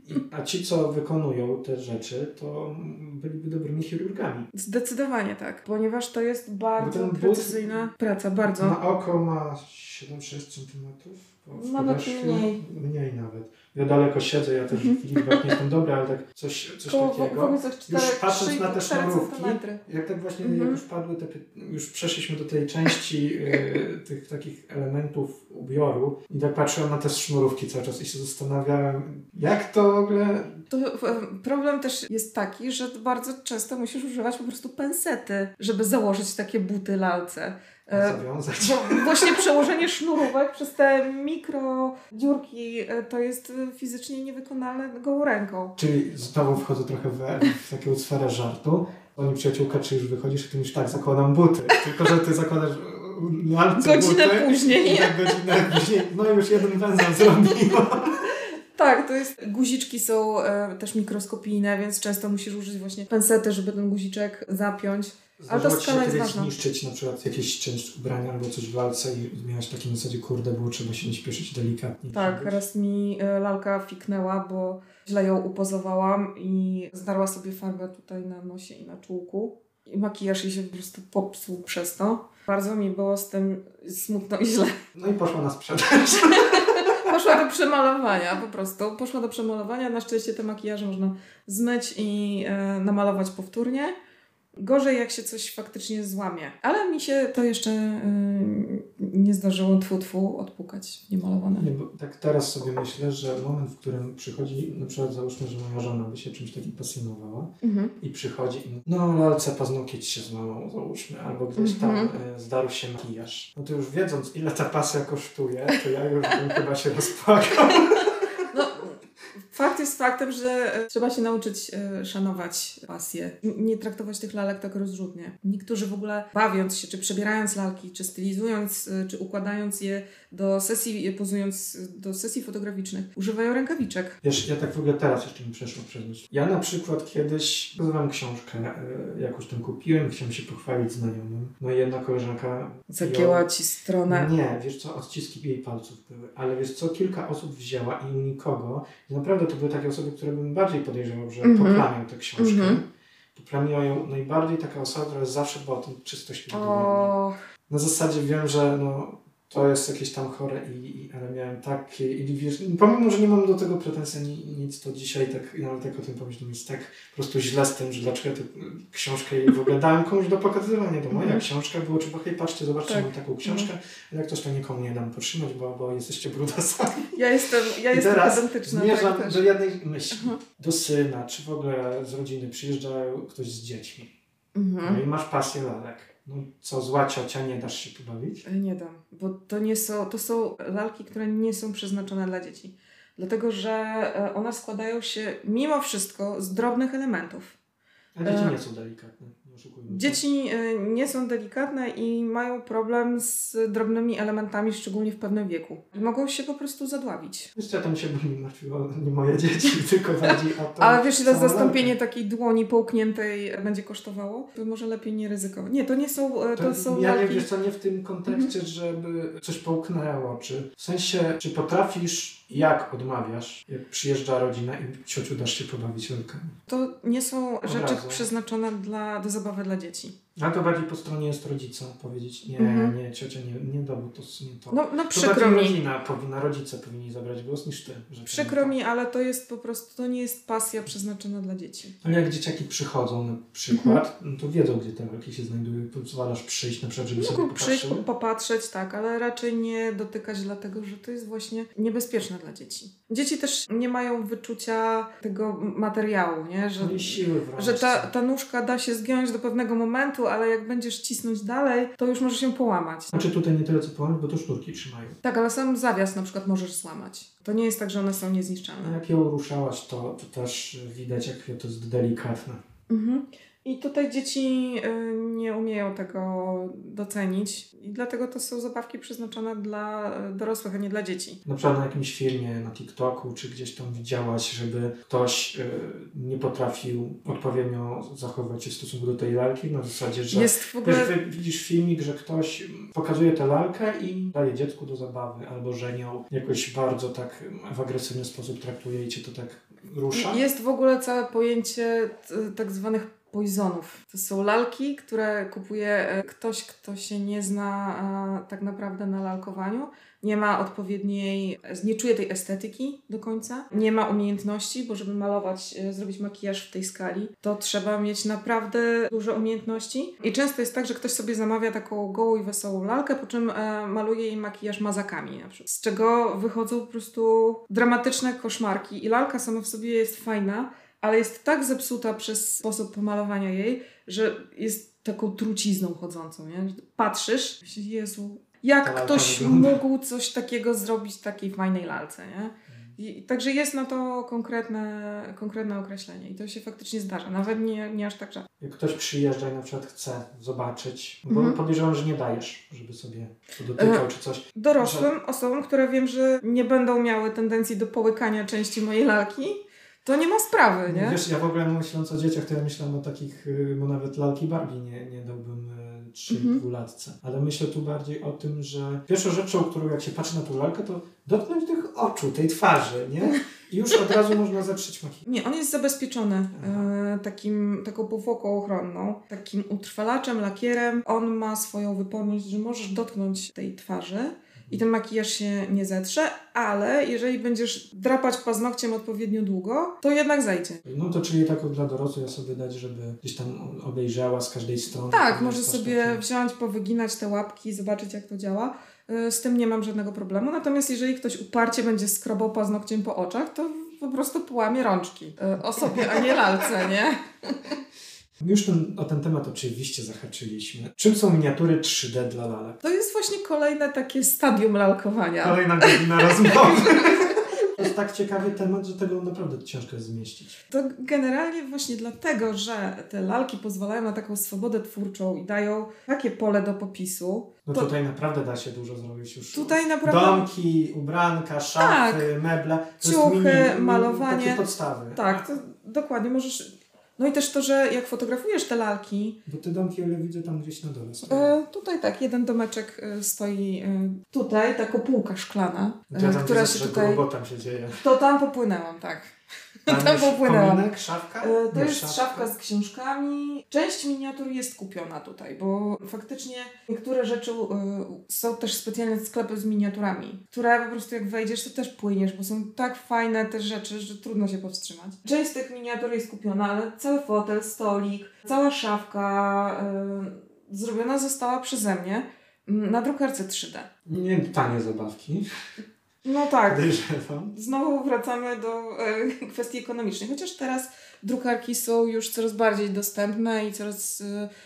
A ci, co wykonują te rzeczy, to byliby dobrymi chirurgami. Zdecydowanie tak, ponieważ to jest bardzo precyzyjna praca, bardzo. Na oko ma 7-6 cm. Nawet mniej. Mniej nawet. Ja daleko siedzę, ja też w liczbach nie jestem dobry, ale tak coś takiego. Już patrząc na te sznurówki, jak tak właśnie jak już padły już przeszliśmy do tej części tych takich elementów ubioru i tak patrzyłem na te sznurówki cały czas i się zastanawiałem, jak to w ogóle... Problem też jest taki, że bardzo często musisz używać po prostu pensety, żeby założyć takie buty lalce. Zawiązać. Bo właśnie przełożenie sznurówek przez te mikro dziurki to jest fizycznie niewykonalne gołą ręką. Czyli znowu wchodzę trochę w taką sferę żartu. Oni przyjaciółka, czy już wychodzisz, ty już tak, zakładam buty. Tylko, że ty zakładasz lalce godzinę buty. Później. I tak godzinę później. No i już jeden węzeł zrobiła. Tak, to jest, guziczki są też mikroskopijne, więc często musisz użyć właśnie pensety, żeby ten guziczek zapiąć. Ale to skala jest ważna. Zniszczyć na przykład jakieś część ubrania albo coś w lalce i miałeś w takiej zasadzie, kurde, było trzeba się nie śpieszyć delikatnie. Tak, raz mi lalka fiknęła, bo źle ją upozowałam i zdarła sobie farbę tutaj na nosie i na czółku. I makijaż jej się po prostu popsuł przez to. Bardzo mi było z tym smutno i źle. No i poszła na sprzedaż. Poszła do przemalowania po prostu. Poszła do przemalowania. Na szczęście te makijaże można zmyć i namalować powtórnie. Gorzej, jak się coś faktycznie złamie. Ale mi się to jeszcze nie zdarzyło odpukać niemalowane. Nie, bo tak teraz sobie myślę, że moment, w którym przychodzi, na przykład załóżmy, że moja żona by się czymś takim pasjonowała i przychodzi i no lalce paznokieć się złamał, załóżmy, albo gdzieś tam zdarł się makijaż. No to już wiedząc, ile ta pasja kosztuje, to ja już bym chyba się rozpłakał. Fakt jest faktem, że trzeba się nauczyć szanować pasję. Nie traktować tych lalek tak rozrzutnie. Niektórzy w ogóle bawiąc się, czy przebierając lalki, czy stylizując, czy układając je do sesji, pozując do sesji fotograficznych, używają rękawiczek. Wiesz, ja tak w ogóle teraz jeszcze mi przeszło przez myśl. Ja na przykład kiedyś nazywam książkę, jakąś tam kupiłem, chciałem się pochwalić znajomym. No i jedna koleżanka... Zagięła ci stronę. Nie, wiesz co, odciski jej palców były. Ale wiesz co, kilka osób wzięła i u nikogo. I naprawdę to były takie osoby, które bym bardziej podejrzewał, że poplamią tę książkę. Poplamiła ją najbardziej taka osoba, która zawsze dba o tę czystość indywidualną. Na zasadzie wiem, że no, to jest jakieś tam chore, ale miałem takie... I wiesz, pomimo, że nie mam do tego pretensji nic, to dzisiaj tak, nawet jak o tym pomyślę, jest tak po prostu źle z tym, że dlaczego tę książkę jej w ogóle dałem komuś do pokazywania. To moja książka było, czy hej, patrzcie, zobaczcie, mam taką książkę, ale jak ktoś to nikomu nie dam potrzymać, bo jesteście brudasami. Ja jestem pedantyczna. Zmierzam do jednej myśli. Do syna, czy w ogóle z rodziny przyjeżdża ktoś z dziećmi. No i masz pasję lalek. No co, zła ciocia, nie dasz się pobawić? Nie dam, bo to są lalki, które nie są przeznaczone dla dzieci. Dlatego, że one składają się mimo wszystko z drobnych elementów. A dzieci nie są delikatne. Dzieci nie są delikatne i mają problem z drobnymi elementami, szczególnie w pewnym wieku. I mogą się po prostu zadławić. Wiesz, ja tam się nie martwiło, nie moje dzieci, tylko bardziej o to. Ale wiesz, ile zastąpienie takiej dłoni połkniętej będzie kosztowało? To może lepiej nie ryzykować. Nie, to nie są to są ja lalki... nie wiesz co, nie w tym kontekście, żeby coś połknęło, czy w sensie, czy potrafisz, jak odmawiasz, jak przyjeżdża rodzina i ciociu dasz się pobawić lalkami. To nie są rzeczy przeznaczone do zabawy dla dzieci. A to bardziej po stronie jest rodzica powiedzieć, nie, ciocia, nie dowód, to nie to. No przykro mi. Rodzice powinni zabrać głos niż ty. Przykro mi, ale to jest po prostu, to nie jest pasja przeznaczona dla dzieci. Ale jak dzieciaki przychodzą na przykład, no to wiedzą, gdzie te lalki się znajdują. Pozwalasz przyjść na przykład, żeby sobie popatrzyły. Popatrzeć, tak, ale raczej nie dotykać, dlatego że to jest właśnie niebezpieczne dla dzieci. Dzieci też nie mają wyczucia tego materiału, nie? Że ta nóżka da się zgiąć do pewnego momentu, ale jak będziesz cisnąć dalej, to już może się połamać. Znaczy tutaj nie tyle co połamać, bo to sznurki trzymają. Tak, ale sam zawias na przykład możesz złamać. To nie jest tak, że one są niezniszczalne. A jak ją ruszałaś, to też widać, jak to jest delikatne. I tutaj dzieci nie umieją tego docenić i dlatego to są zabawki przeznaczone dla dorosłych, a nie dla dzieci. Na przykład na jakimś filmie, na TikToku, czy gdzieś tam widziałaś, żeby ktoś nie potrafił odpowiednio zachowywać się w stosunku do tej lalki, na zasadzie, że jest w ogóle... widzisz filmik, że ktoś pokazuje tę lalkę i daje dziecku do zabawy, albo że nią jakoś bardzo tak w agresywny sposób traktuje i cię to tak rusza. Jest w ogóle całe pojęcie tak zwanych poisonów. To są lalki, które kupuje ktoś, kto się nie zna tak naprawdę na lalkowaniu. Nie ma odpowiedniej, nie czuje tej estetyki do końca. Nie ma umiejętności, bo żeby malować, zrobić makijaż w tej skali, to trzeba mieć naprawdę duże umiejętności. I często jest tak, że ktoś sobie zamawia taką gołą i wesołą lalkę, po czym maluje jej makijaż mazakami na przykład. Z czego wychodzą po prostu dramatyczne koszmarki. I lalka sama w sobie jest fajna, ale jest tak zepsuta przez sposób pomalowania jej, że jest taką trucizną chodzącą, nie? Patrzysz, myślisz, Jezu, jak ktoś mógł coś takiego zrobić w takiej fajnej lalce, nie? I także jest na to konkretne określenie i to się faktycznie zdarza, nawet nie aż tak rzadko. Jak ktoś przyjeżdża i na przykład chce zobaczyć, bo podejrzewam, że nie dajesz, żeby sobie to dotykał czy coś. Dorosłym osobom, które wiem, że nie będą miały tendencji do połykania części mojej lalki, to nie ma sprawy, nie? Wiesz, ja w ogóle myśląc o dzieciach, to ja myślałem o takich, bo nawet lalki Barbie nie dałbym 3-2-latce. Ale myślę tu bardziej o tym, że pierwszą rzeczą, którą jak się patrzy na tą lalkę, to dotknąć tych oczu, tej twarzy, nie? I już od razu można zatrzeć makijaż. Nie, on jest zabezpieczony taką powłoką ochronną, takim utrwalaczem, lakierem. On ma swoją wyporność, że możesz dotknąć tej twarzy i ten makijaż się nie zetrze, ale jeżeli będziesz drapać paznokciem odpowiednio długo, to jednak zejdzie. No to czyli tak dla dorosłych ja sobie dać, żeby gdzieś tam obejrzała z każdej strony. Tak, możesz sobie wziąć, powyginać te łapki, zobaczyć jak to działa. Z tym nie mam żadnego problemu. Natomiast jeżeli ktoś uparcie będzie skrobał paznokciem po oczach, to po prostu połamie rączki osobie, a nie lalce, nie? Już o ten temat oczywiście zahaczyliśmy. Czym są miniatury 3D dla lalek? To jest właśnie kolejne takie stadium lalkowania. Kolejna godzina rozmowy. To jest tak ciekawy temat, że tego naprawdę ciężko jest zmieścić. To generalnie właśnie dlatego, że te lalki pozwalają na taką swobodę twórczą i dają takie pole do popisu. No to tutaj naprawdę da się dużo zrobić już. Tutaj naprawdę... Domki, ubranka, szafy, meble. Ciuchy, malowanie. Takie podstawy. Tak, to dokładnie możesz... No i też to, że jak fotografujesz te lalki... Bo te domki, ale widzę tam gdzieś na dole. Tutaj tak, jeden domeczek stoi tutaj, ta kopułka szklana, która się tutaj... Tam się dzieje. To tam popłynęłam, tak. Tam popłynęłam. Kominek, szafka? To jest szafka z książkami. Część miniatur jest kupiona tutaj, bo faktycznie niektóre rzeczy są też specjalne sklepy z miniaturami, które po prostu jak wejdziesz, to też płyniesz, bo są tak fajne te rzeczy, że trudno się powstrzymać. Część z tych miniatur jest kupiona, ale cały fotel, stolik, cała szafka zrobiona została przeze mnie na drukarce 3D. Nie tanie zabawki. No tak. Podejrzewam. Znowu wracamy do kwestii ekonomicznych. Chociaż teraz drukarki są już coraz bardziej dostępne i coraz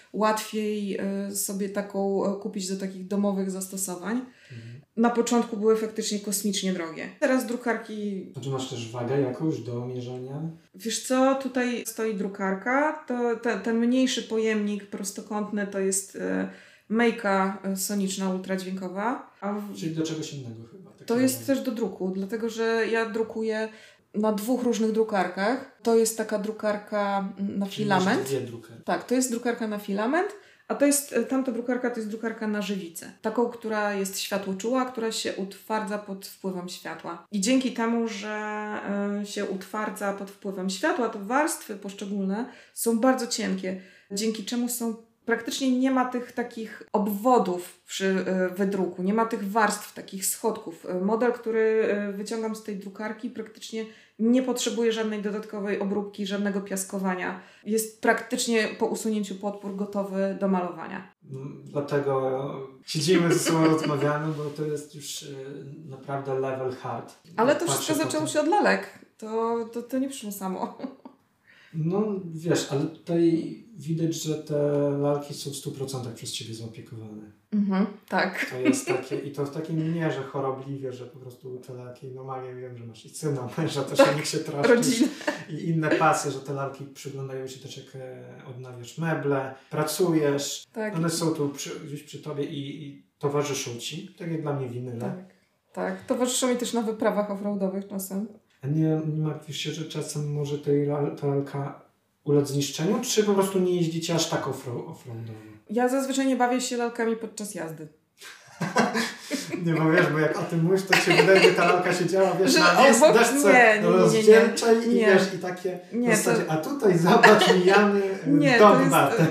łatwiej sobie taką kupić do takich domowych zastosowań. Na początku były faktycznie kosmicznie drogie. Teraz drukarki... A czy masz też wagę jakąś do mierzenia? Wiesz co, tutaj stoi drukarka. To ten mniejszy pojemnik prostokątny to jest Mejka soniczna ultradźwiękowa. Czyli do czegoś innego chyba. To jest też do druku, dlatego że ja drukuję na 2 różnych drukarkach. To jest taka drukarka na filament. Dwie drukarki. Tak, to jest drukarka na filament, a tamta drukarka to jest drukarka na żywicę. Taką, która jest światłoczuła, która się utwardza pod wpływem światła. I dzięki temu, że się utwardza pod wpływem światła, to warstwy poszczególne są bardzo cienkie, dzięki czemu są praktycznie nie ma tych takich obwodów przy wydruku, nie ma tych warstw, takich schodków. Model, który wyciągam z tej drukarki, praktycznie nie potrzebuje żadnej dodatkowej obróbki, żadnego piaskowania. Jest praktycznie po usunięciu podpór gotowy do malowania. Dlatego siedzimy ze sobą, rozmawiamy, bo to jest już naprawdę level hard. Ale to wszystko zaczęło się od lalek. To nie przyszło samo. No wiesz, ale tutaj widać, że te lalki są w 100% przez ciebie zaopiekowane. Tak. To jest takie, i to w takim mierze chorobliwie, że po prostu te lalki, normalnie wiem, że masz i syna, męża, też o nich się troszczysz. I inne pasje, że te lalki przyglądają się też, jak odnawiasz meble, pracujesz. Tak. One są tu gdzieś przy tobie i towarzyszą ci, tak jak dla mnie winyle. Tak. Towarzyszą mi też na wyprawach offroadowych czasem. A nie martwisz się, że czasem może ta lalka ulec zniszczeniu, czy po prostu nie jeździcie aż tak offroadowo? Ja zazwyczaj nie bawię się lalkami podczas jazdy. Nie, bo wiesz, bo jak o tym mówisz, to się wydaje, że ta lalka siedziała, wiesz, na desce rozdzielczej i wiesz, i takie w zasadzie, a tutaj zobacz, mijamy dom Bartek.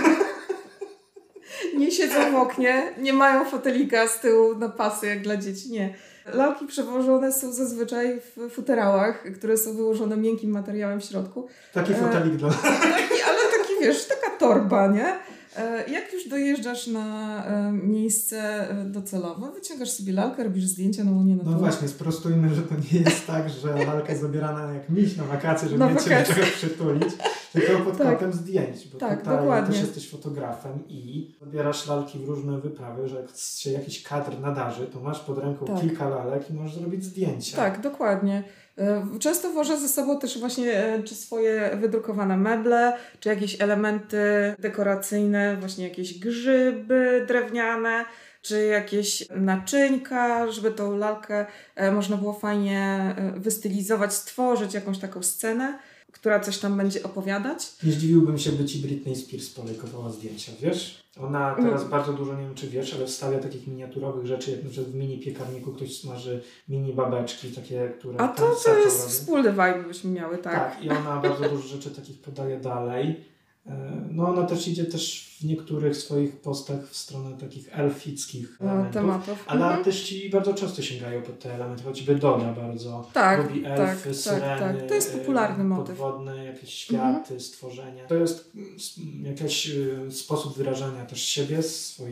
Nie siedzą w oknie, nie mają fotelika z tyłu na pasy jak dla dzieci, nie. Lalki przewożone są zazwyczaj w futerałach, które są wyłożone miękkim materiałem w środku. Taki fotelik dla... Ale taki, wiesz, taka torba, nie? Jak już dojeżdżasz na miejsce docelowe, wyciągasz sobie lalkę, robisz zdjęcia, no nie. No właśnie, sprostujmy, że to nie jest tak, że lalka jest zabierana jak miś na wakacje, żeby nie cię czegoś przytulić, tylko pod kątem zdjęć, bo tutaj dokładnie. też jesteś fotografem i zabierasz lalki w różne wyprawy, że jak się jakiś kadr nadarzy, to masz pod ręką kilka lalek i możesz zrobić zdjęcia. Tak, dokładnie. Często wożę ze sobą też właśnie czy swoje wydrukowane meble, czy jakieś elementy dekoracyjne, właśnie jakieś grzyby drewniane, czy jakieś naczyńka, żeby tą lalkę można było fajnie wystylizować, stworzyć jakąś taką scenę, która coś tam będzie opowiadać. Nie zdziwiłbym się, by ci Britney Spears polejkowała zdjęcia, wiesz? Ona teraz bardzo dużo, nie wiem czy wiesz, ale wstawia takich miniaturowych rzeczy, jak na przykład w mini piekarniku ktoś smaży mini babeczki, takie, które... A to jest wspólny vibe, byśmy miały, tak. Tak, i ona bardzo dużo rzeczy takich podaje dalej. No ona też idzie też w niektórych swoich postach w stronę takich elfickich tematów. Ale artyści bardzo często sięgają po te elementy, choćby Doda bardzo lubi elfy, syreny, to jest popularny motyw. podwodne, jakieś światy, stworzenia. To jest jakiś sposób wyrażania też siebie,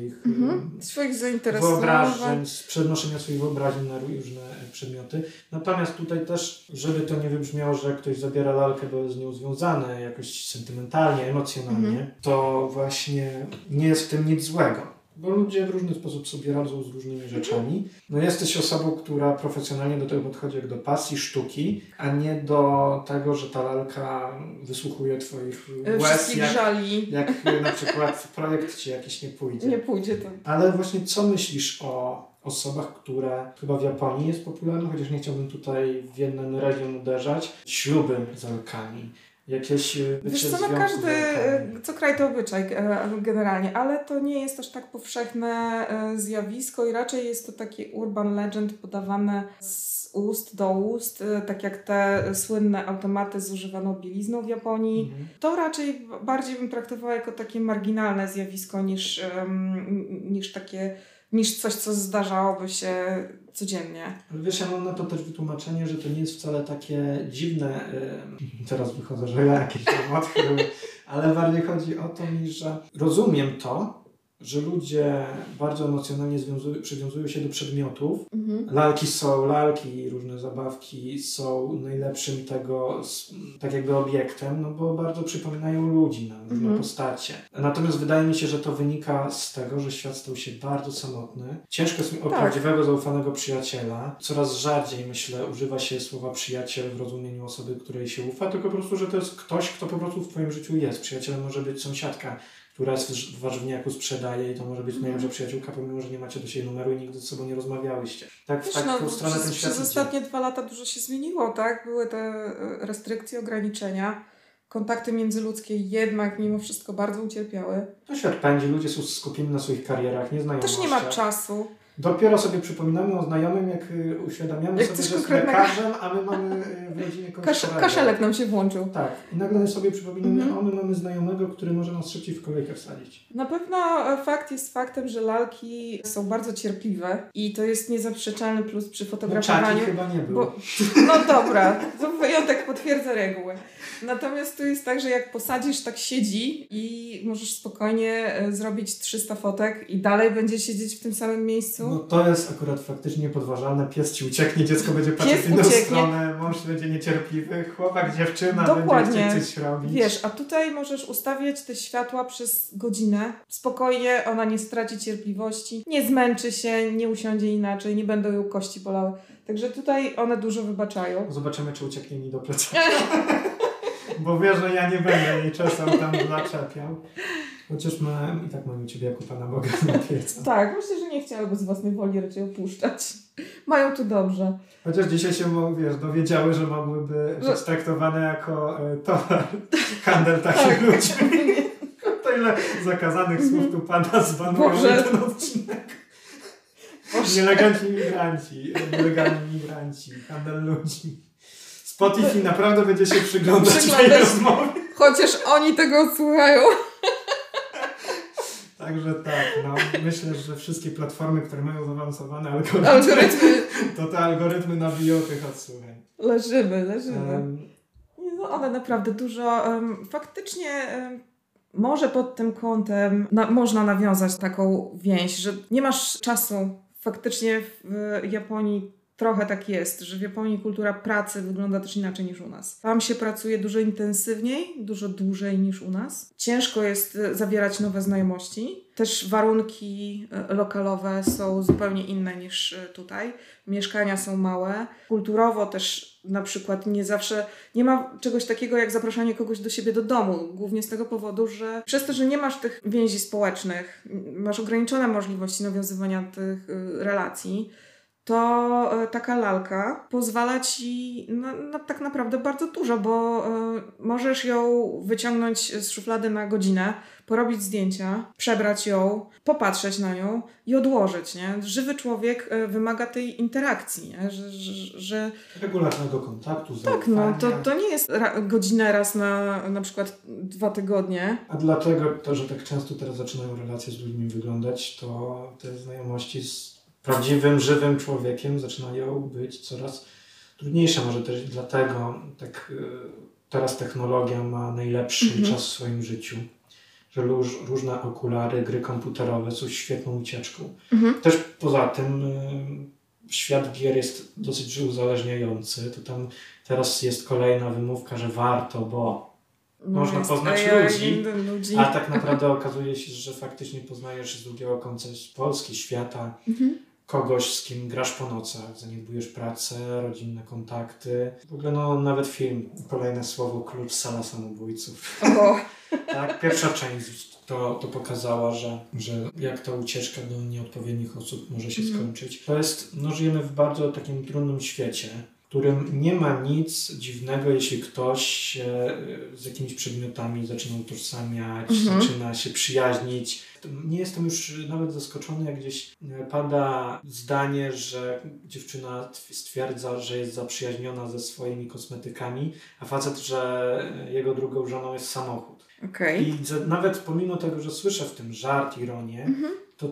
swoich zainteresowań, wyobrażeń, przenoszenia swoich wyobrażeń na różne przedmioty. Natomiast tutaj też, żeby to nie wybrzmiało, że ktoś zabiera lalkę, bo jest z nią związany jakoś sentymentalnie, emocjonalnie, to właśnie nie jest w tym nic złego. Bo ludzie w różny sposób sobie radzą z różnymi rzeczami. No jesteś osobą, która profesjonalnie do tego podchodzi jak do pasji, sztuki, a nie do tego, że ta lalka wysłuchuje twoich łez, jak na przykład projekt ci jakiś nie pójdzie. Nie pójdzie to. Ale właśnie co myślisz o osobach, które chyba w Japonii jest popularne, chociaż nie chciałbym tutaj w jeden region uderzać, śluby z lalkami. Jakieś wiesz co, co kraj to obyczaj generalnie, ale to nie jest aż tak powszechne zjawisko i raczej jest to taki urban legend podawane z ust do ust, tak jak te słynne automaty z używaną bielizną w Japonii. To raczej bardziej bym traktowała jako takie marginalne zjawisko niż coś, co zdarzałoby się codziennie. Ale wiesz, ja mam na to też wytłumaczenie, że to nie jest wcale takie dziwne, teraz wychodzę, że ja jakieś tam odkryłem, ale bardziej chodzi o to że rozumiem to, że ludzie bardzo emocjonalnie przywiązują się do przedmiotów. Lalki są lalki, różne zabawki są najlepszym tego, tak jakby obiektem, no bo bardzo przypominają ludzi nam, różne postacie. Natomiast wydaje mi się, że to wynika z tego, że świat stał się bardzo samotny. Ciężko jest o prawdziwego, zaufanego przyjaciela. Coraz rzadziej, myślę, używa się słowa przyjaciel w rozumieniu osoby, której się ufa, tylko po prostu, że to jest ktoś, kto po prostu w twoim życiu jest. Przyjacielem może być sąsiadka, która w warzywniaku sprzedaje i to może być najlepsza przyjaciółka, pomimo że nie macie do siebie numeru i nigdy ze sobą nie rozmawialiście. Tak, w taką stronę ten świat przez ostatnie 2 lata dużo się zmieniło, tak? Były te restrykcje, ograniczenia. Kontakty międzyludzkie jednak mimo wszystko bardzo ucierpiały. To świat pędzi, ludzie są skupieni na swoich karierach, nie znają też nie ma czasu. Dopiero sobie przypominamy o znajomym, jak uświadamiamy Jak sobie, coś że jest konkretnego. lekarzem, a my mamy w rodzinie kogoś chorego. Kaszelek nam się włączył. Tak. I nagle sobie przypominamy, my mamy znajomego, który może nas szybciej w kolejkę wsadzić. Na pewno fakt jest faktem, że lalki są bardzo cierpliwe i to jest niezaprzeczalny plus przy fotografowaniu. Czaki chyba nie było. No dobra, to wyjątek potwierdza reguły. Natomiast tu jest tak, że jak posadzisz, tak siedzi i możesz spokojnie zrobić 300 fotek i dalej będzie siedzieć w tym samym miejscu. No to jest akurat faktycznie niepodważalne. Pies ci ucieknie, dziecko będzie patrzeć w inną stronę, mąż będzie niecierpliwy, chłopak, dziewczyna Dokładnie. będzie chcieć coś robić. Wiesz, a tutaj możesz ustawiać te światła przez godzinę. Spokojnie, ona nie straci cierpliwości, nie zmęczy się, nie usiądzie inaczej, nie będą ją kości bolały. Także tutaj one dużo wybaczają. Zobaczymy, czy ucieknie mi do plecaka. Bo wiesz, że ja nie będę jej czasem tam zaczepiał. Chociaż i tak mam u Ciebie jako Pana Boga na pieca. Tak, myślę, że nie chciałyby z własnej woli raczej opuszczać. Mają tu dobrze. Chociaż dzisiaj się, dowiedziały, że mogłyby być traktowane jako towar. Handel takich ludzi. To ile zakazanych słów tu Pana zbanują ten odcinek. Nielegalni migranci, handel ludzi. Spotify naprawdę będzie się przyglądać tej rozmowie. Chociaż oni tego odsłuchają. Także tak, myślę, że wszystkie platformy, które mają zaawansowane algorytmy, to te algorytmy nabiją tych odsłuchań. Leżymy. No one naprawdę dużo, faktycznie może pod tym kątem można nawiązać taką więź, że nie masz czasu. Faktycznie w Japonii trochę tak jest, że w Japonii kultura pracy wygląda też inaczej niż u nas. Tam się pracuje dużo intensywniej, dużo dłużej niż u nas. Ciężko jest zawierać nowe znajomości. Też warunki lokalowe są zupełnie inne niż tutaj. Mieszkania są małe. Kulturowo też na przykład nie ma czegoś takiego jak zapraszanie kogoś do siebie do domu. Głównie z tego powodu, że przez to, że nie masz tych więzi społecznych, masz ograniczone możliwości nawiązywania tych relacji, to taka lalka pozwala ci na tak naprawdę bardzo dużo, bo możesz ją wyciągnąć z szuflady na godzinę, porobić zdjęcia, przebrać ją, popatrzeć na nią i odłożyć, nie? Żywy człowiek wymaga tej interakcji, nie? Że regularnego kontaktu, zaufania. Tak, to nie jest godzinę raz na przykład 2 tygodnie. A dlatego to, że tak często teraz zaczynają relacje z ludźmi wyglądać, to te znajomości z prawdziwym, żywym człowiekiem zaczynają być coraz trudniejsze. Może też dlatego tak teraz technologia ma najlepszy czas w swoim życiu. Że różne okulary, gry komputerowe są świetną ucieczką. Też poza tym świat gier jest dosyć uzależniający. To tam teraz jest kolejna wymówka, że warto, bo można poznać ludzi, a tak naprawdę okazuje się, że faktycznie poznajesz z drugiego końca Polski, świata, kogoś, z kim grasz po nocach, zaniedbujesz pracę, rodzinne kontakty. W ogóle nawet film, kolejne słowo, Klucz Sala Samobójców. Tak, pierwsza część to pokazała, że jak ta ucieczka do nieodpowiednich osób może się skończyć. To jest, żyjemy w bardzo takim trudnym świecie, w którym nie ma nic dziwnego, jeśli ktoś się z jakimiś przedmiotami zaczyna utożsamiać, zaczyna się przyjaźnić. Nie jestem już nawet zaskoczony, jak gdzieś pada zdanie, że dziewczyna stwierdza, że jest zaprzyjaźniona ze swoimi kosmetykami, a facet, że jego drugą żoną jest samochód. Okay. I nawet pomimo tego, że słyszę w tym żart, ironię, to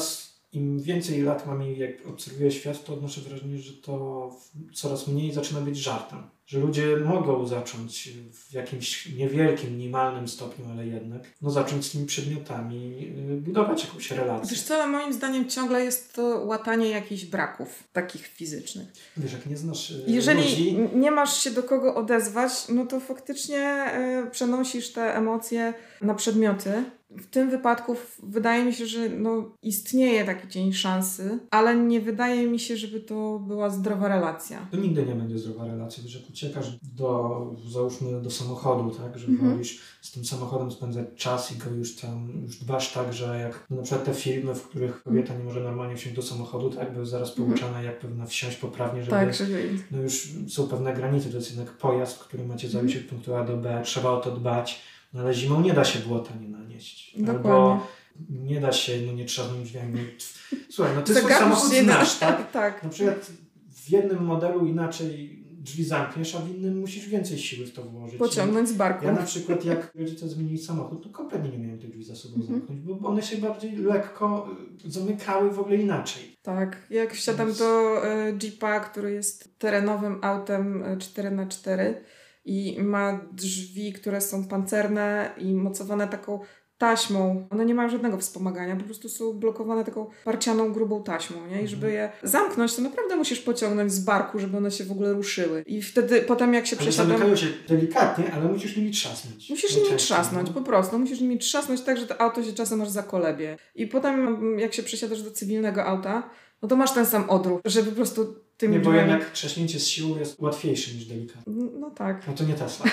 im więcej lat mam i jak obserwuję świat, to odnoszę wrażenie, że to coraz mniej zaczyna być żartem. Że ludzie mogą zacząć w jakimś niewielkim, minimalnym stopniu, ale jednak, zacząć z tymi przedmiotami budować jakąś relację. Wiesz co, moim zdaniem ciągle jest to łatanie jakichś braków, takich fizycznych. Wiesz, jak nie znasz Jeżeli ludzi... nie masz się do kogo odezwać, to faktycznie przenosisz te emocje na przedmioty. W tym wypadku wydaje mi się, że istnieje taki cień szansy, ale nie wydaje mi się, żeby to była zdrowa relacja. To nigdy nie będzie zdrowa relacja, że jak uciekasz załóżmy do samochodu, tak, że wolisz z tym samochodem spędzać czas i go już dbasz tak, że jak na przykład te filmy, w których kobieta nie może normalnie wsiąść do samochodu, tak, były zaraz pouczane, jak powinna wsiąść poprawnie, żeby... Tak, żeby... już są pewne granice, to jest jednak pojazd, który macie zawieźć od punktu A do B, trzeba o to dbać. Ale zimą nie da się błota nie nanieść. Dokładnie. Albo nie da się, nie trzasnąć drzwiami. Słuchaj, ty swój samochód znasz, tak? Tak. Na przykład w jednym modelu inaczej drzwi zamkniesz, a w innym musisz więcej siły w to włożyć. Pociągnąć z barku. Ja na przykład jak rodzice zmienili samochód, to kompletnie nie miałem tych drzwi za sobą zamknąć, bo one się bardziej lekko zamykały w ogóle inaczej. Tak, jak wsiadam do Jeepa, który jest terenowym autem 4x4 i ma drzwi, które są pancerne i mocowane taką taśmą. One nie mają żadnego wspomagania, po prostu są blokowane taką parcianą, grubą taśmą, nie? I żeby je zamknąć, to naprawdę musisz pociągnąć z barku, żeby one się w ogóle ruszyły. I wtedy, potem jak się przesiadam... Zamykają się delikatnie, ale musisz nimi trzasnąć. Musisz nimi trzasnąć, po prostu. Musisz nimi trzasnąć tak, że to auto się czasem aż zakolebie. I potem jak się przesiadasz do cywilnego auta, no to masz ten sam odruch, że po prostu tymi nie, bo jednak trzaśnięcie z siłą jest łatwiejsze niż delikatnie. No tak. No to nie Tesla.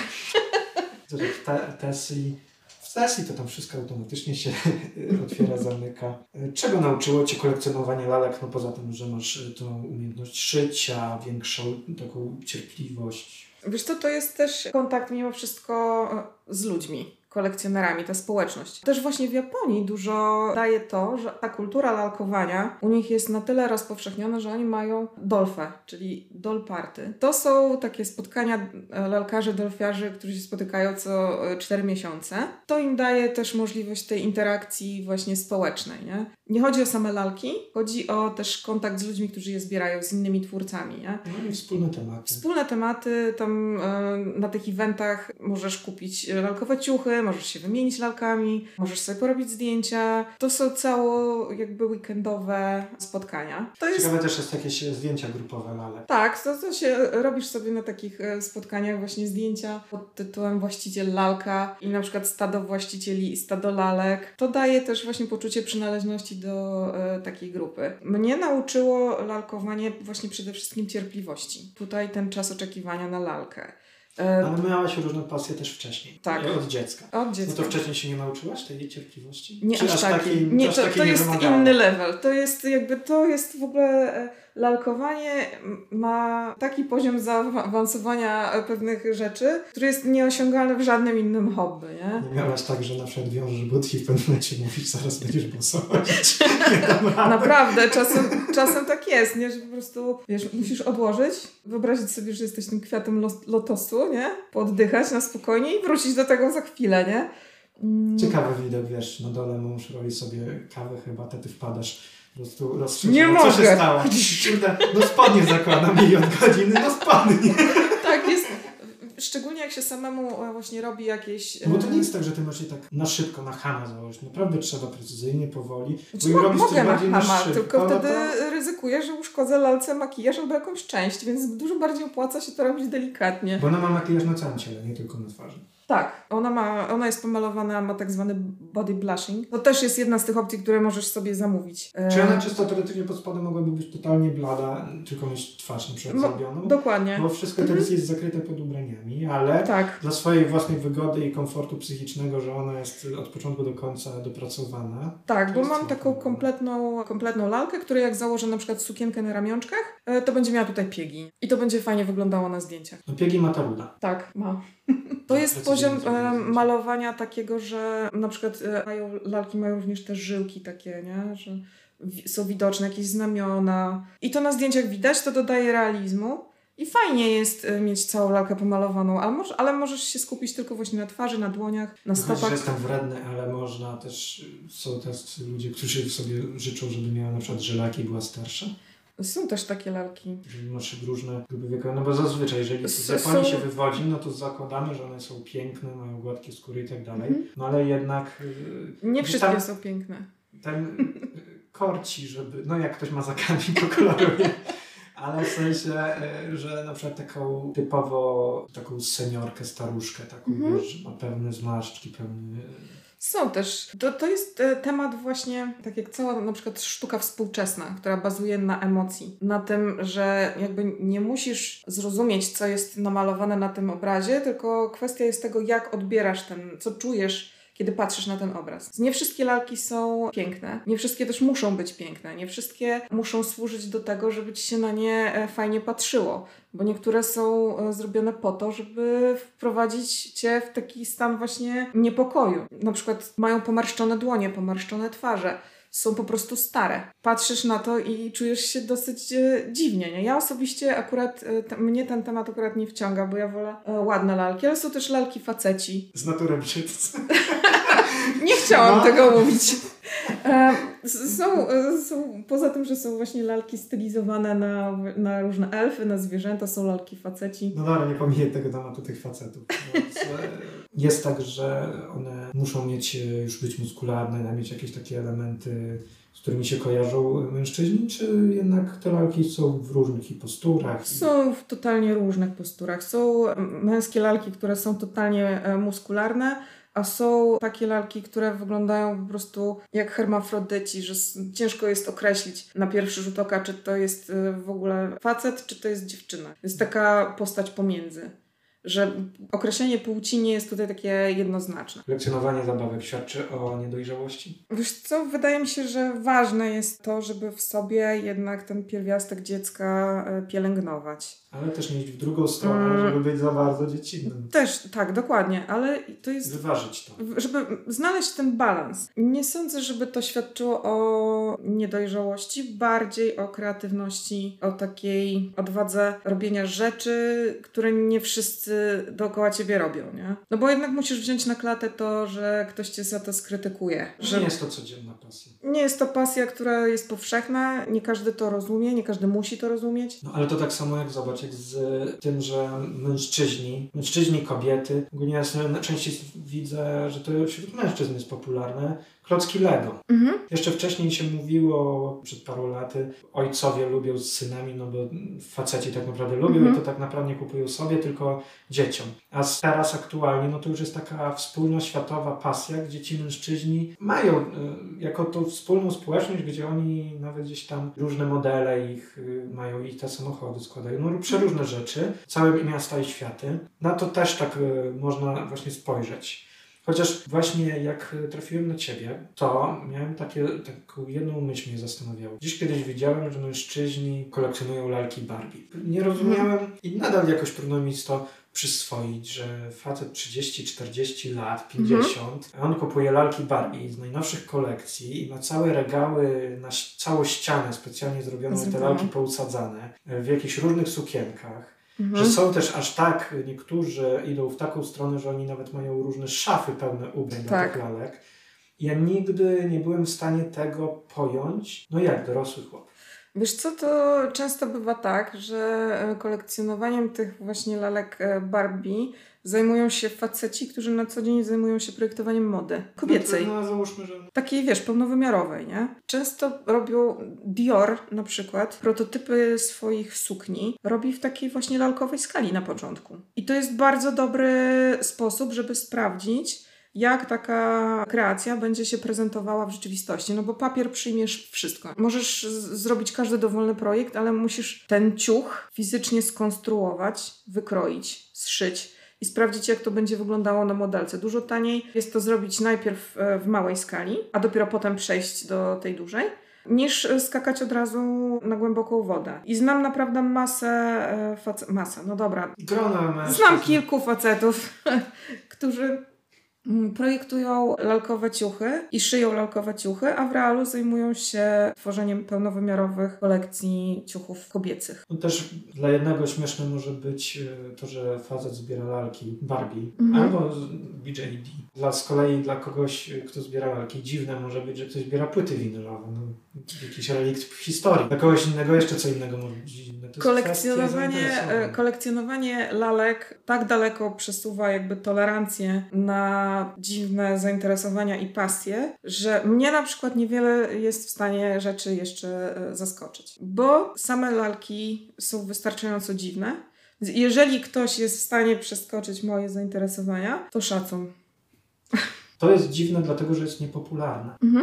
W Tesli to tam wszystko automatycznie się otwiera, zamyka. Czego nauczyło Cię kolekcjonowanie lalek? No poza tym, że masz tą umiejętność szycia, większą taką cierpliwość. Wiesz co, to jest też kontakt mimo wszystko z ludźmi, kolekcjonerami, ta społeczność. Też właśnie w Japonii dużo daje to, że ta kultura lalkowania u nich jest na tyle rozpowszechniona, że oni mają dolfę, czyli doll party. To są takie spotkania lalkarzy, dolfiarzy, którzy się spotykają co 4 miesiące. To im daje też możliwość tej interakcji właśnie społecznej, nie? Nie chodzi o same lalki, chodzi o też kontakt z ludźmi, którzy je zbierają, z innymi twórcami, nie? No i wspólne tematy. Wspólne tematy, tam na tych eventach możesz kupić lalkowe ciuchy, możesz się wymienić lalkami, możesz sobie porobić zdjęcia. To są cało jakby weekendowe spotkania. Ciekawe też jest jakieś zdjęcia grupowe lalek. Tak, to się robisz sobie na takich spotkaniach właśnie zdjęcia pod tytułem Właściciel lalka i na przykład stado właścicieli i stado lalek. To daje też właśnie poczucie przynależności do takiej grupy. Mnie nauczyło lalkowanie właśnie przede wszystkim cierpliwości. Tutaj ten czas oczekiwania na lalkę. Ale miałaś różne pasje też wcześniej. Tak. Od dziecka. No to wcześniej się nie nauczyłaś tej cierpliwości? Nie, czy aż takiej. Nie, to jest wymagało? Inny level. To jest w ogóle lalkowanie ma taki poziom zaawansowania pewnych rzeczy, który jest nieosiągalny w żadnym innym hobby, nie? Nie miałaś tak, że na przykład wiążesz buty i w pewnym momencie mówisz, zaraz będziesz bosować. Naprawdę, czasem tak jest, nie? Że po prostu, wiesz, musisz odłożyć, wyobrazić sobie, że jesteś tym kwiatem lotosu, nie? Pooddychać na spokojnie i wrócić do tego za chwilę, nie? Ciekawy widok, wiesz, na dole mąż robi sobie kawę, herbatę, ty wpadasz. Po prostu nie co mogę. się stało? Kurde, no spodnie zakładam 1 000 000 godziny, no spodnie. Tak, jest. Szczególnie jak się samemu właśnie robi jakieś... No bo to nie jest tak, że ty możesz je tak na szybko, na chama założyć. Naprawdę trzeba precyzyjnie, powoli. Znaczy, mogę na chama, tylko wtedy ryzykuję, że uszkodzę lalce makijaż albo jakąś część, więc dużo bardziej opłaca się to robić delikatnie. Bo ona ma makijaż na całym ciele, nie tylko na twarzy. Tak, ona jest pomalowana, ma tak zwany body blushing. To też jest jedna z tych opcji, które możesz sobie zamówić. Czy ona czysto teoretycznie pod spodem mogłaby być totalnie blada, tylko mieć twarz na przykład zrobioną? Dokładnie. Bo wszystko teraz jest zakryte pod ubraniami, ale dla swojej własnej wygody i komfortu psychicznego, że ona jest od początku do końca dopracowana. Tak, bo mam taką kompletną lalkę, której jak założę na przykład sukienkę na ramionczkach, to będzie miała tutaj piegi. I to będzie fajnie wyglądało na zdjęciach. No piegi ma ta ruda. Tak, ma. To jest poziom malowania takiego, że na przykład lalki mają również też żyłki takie, nie? Że są widoczne jakieś znamiona. I to na zdjęciach widać, to dodaje realizmu. I fajnie jest mieć całą lalkę pomalowaną, ale możesz się skupić tylko właśnie na twarzy, na dłoniach, na stopach. Że jestem wredny, ale można też, są też ludzie, którzy sobie życzą, żeby miała na przykład żylaki i była starsza. Są też takie lalki. Że masz różne grupy wiekowe, no bo zazwyczaj, jeżeli z Japonii się wywodzi, no to zakładamy, że one są piękne, mają gładkie skóry i tak dalej. No ale jednak... Nie wszystkie są piękne. Ten korci, żeby... No jak ktoś ma zakami, to koloruje. Ale w sensie, że na przykład taką seniorkę, staruszkę, taką, wiesz, że ma pewne zmarszczki, pewne... Są też. To jest temat właśnie, tak jak cała na przykład sztuka współczesna, która bazuje na emocji. Na tym, że jakby nie musisz zrozumieć, co jest namalowane na tym obrazie, tylko kwestia jest tego, jak odbierasz co czujesz, kiedy patrzysz na ten obraz. Nie wszystkie lalki są piękne, nie wszystkie też muszą być piękne, nie wszystkie muszą służyć do tego, żeby ci się na nie fajnie patrzyło, bo niektóre są zrobione po to, żeby wprowadzić cię w taki stan właśnie niepokoju. Na przykład mają pomarszczone dłonie, pomarszczone twarze, są po prostu stare. Patrzysz na to i czujesz się dosyć dziwnie, nie? Ja osobiście akurat, mnie ten temat akurat nie wciąga, bo ja wolę ładne lalki, ale są też lalki faceci. Z natury brzydcy. Nie chciałam tego mówić. Poza tym, że są właśnie lalki stylizowane na różne elfy, na zwierzęta, są lalki faceci. No dobra, nie pomijaj tego tematu tych facetów. Jest tak, że one muszą już być muskularne, mieć jakieś takie elementy, z którymi się kojarzą mężczyźni, czy jednak te lalki są w różnych posturach? Są w totalnie różnych posturach. Są męskie lalki, które są totalnie muskularne, a są takie lalki, które wyglądają po prostu jak hermafrodyci, że ciężko jest określić na pierwszy rzut oka, czy to jest w ogóle facet, czy to jest dziewczyna. Jest taka postać pomiędzy, że określenie płci nie jest tutaj takie jednoznaczne. Kolekcjonowanie zabawek świadczy o niedojrzałości? Wiesz co, wydaje mi się, że ważne jest to, żeby w sobie jednak ten pierwiastek dziecka pielęgnować. Ale też nie iść w drugą stronę, żeby być za bardzo dziecinnym. Też, tak, dokładnie, ale to jest... Wyważyć to. Żeby znaleźć ten balans. Nie sądzę, żeby to świadczyło o niedojrzałości, bardziej o kreatywności, o takiej odwadze robienia rzeczy, które nie wszyscy dookoła ciebie robią, nie? No bo jednak musisz wziąć na klatę to, że ktoś cię za to skrytykuje. Że nie jest to codzienna pasja. Nie jest to pasja, która jest powszechna, nie każdy to rozumie, nie każdy musi to rozumieć. No ale to tak samo jak zobacz, jak z tym, że mężczyźni, kobiety, ogólnie ja najczęściej widzę, że to wśród mężczyzn jest popularne, klocki Lego. Jeszcze wcześniej się mówiło, przed paru laty, ojcowie lubią z synami, no bo faceci tak naprawdę lubią i to tak naprawdę nie kupują sobie, tylko dzieciom. A teraz aktualnie, no to już jest taka wspólna światowa pasja, gdzie ci mężczyźni mają jako tą wspólną społeczność, gdzie oni nawet gdzieś tam różne modele ich mają i te samochody składają, no przeróżne rzeczy, całe miasta i światy. Na to też tak można właśnie spojrzeć. Chociaż właśnie jak trafiłem na Ciebie, to miałem taką jedną myśl mnie zastanawiała. Dziś kiedyś widziałem, że mężczyźni kolekcjonują lalki Barbie. Nie rozumiałem i nadal jakoś trudno mi to przyswoić, że facet 30, 40 lat, 50, a on kupuje lalki Barbie z najnowszych kolekcji i ma całe regały, na całą ścianę specjalnie zrobioną, te lalki pousadzane w jakichś różnych sukienkach. Że są też aż tak, niektórzy idą w taką stronę, że oni nawet mają różne szafy pełne ubrań dla tych lalek. Ja nigdy nie byłem w stanie tego pojąć, no jak dorosły chłop. Wiesz co, to często bywa tak, że kolekcjonowaniem tych właśnie lalek Barbie zajmują się faceci, którzy na co dzień zajmują się projektowaniem mody kobiecej. No załóżmy, że... Takiej, wiesz, pełnowymiarowej, nie? Często robią Dior na przykład, prototypy swoich sukni robi w takiej właśnie lalkowej skali na początku. I to jest bardzo dobry sposób, żeby sprawdzić, jak taka kreacja będzie się prezentowała w rzeczywistości. No bo papier przyjmiesz wszystko. Możesz zrobić każdy dowolny projekt, ale musisz ten ciuch fizycznie skonstruować, wykroić, zszyć i sprawdzić, jak to będzie wyglądało na modelce. Dużo taniej jest to zrobić najpierw w małej skali, a dopiero potem przejść do tej dużej, niż skakać od razu na głęboką wodę. I znam naprawdę masę, no dobra. Znam kilku facetów, którzy projektują lalkowe ciuchy i szyją lalkowe ciuchy, a w realu zajmują się tworzeniem pełnowymiarowych kolekcji ciuchów kobiecych. No też dla jednego śmieszne może być to, że facet zbiera lalki Barbie albo BJD. Z kolei dla kogoś, kto zbiera lalki, dziwne może być, że ktoś zbiera płyty winylowe. No, jakiś relikt w historii. Dla kogoś innego jeszcze co innego może być dziwne. Kolekcjonowanie lalek tak daleko przesuwa jakby tolerancję na dziwne zainteresowania i pasje, że mnie na przykład niewiele jest w stanie rzeczy jeszcze zaskoczyć. Bo same lalki są wystarczająco dziwne. Jeżeli ktoś jest w stanie przeskoczyć moje zainteresowania, to szacun. To jest dziwne, dlatego że jest niepopularne.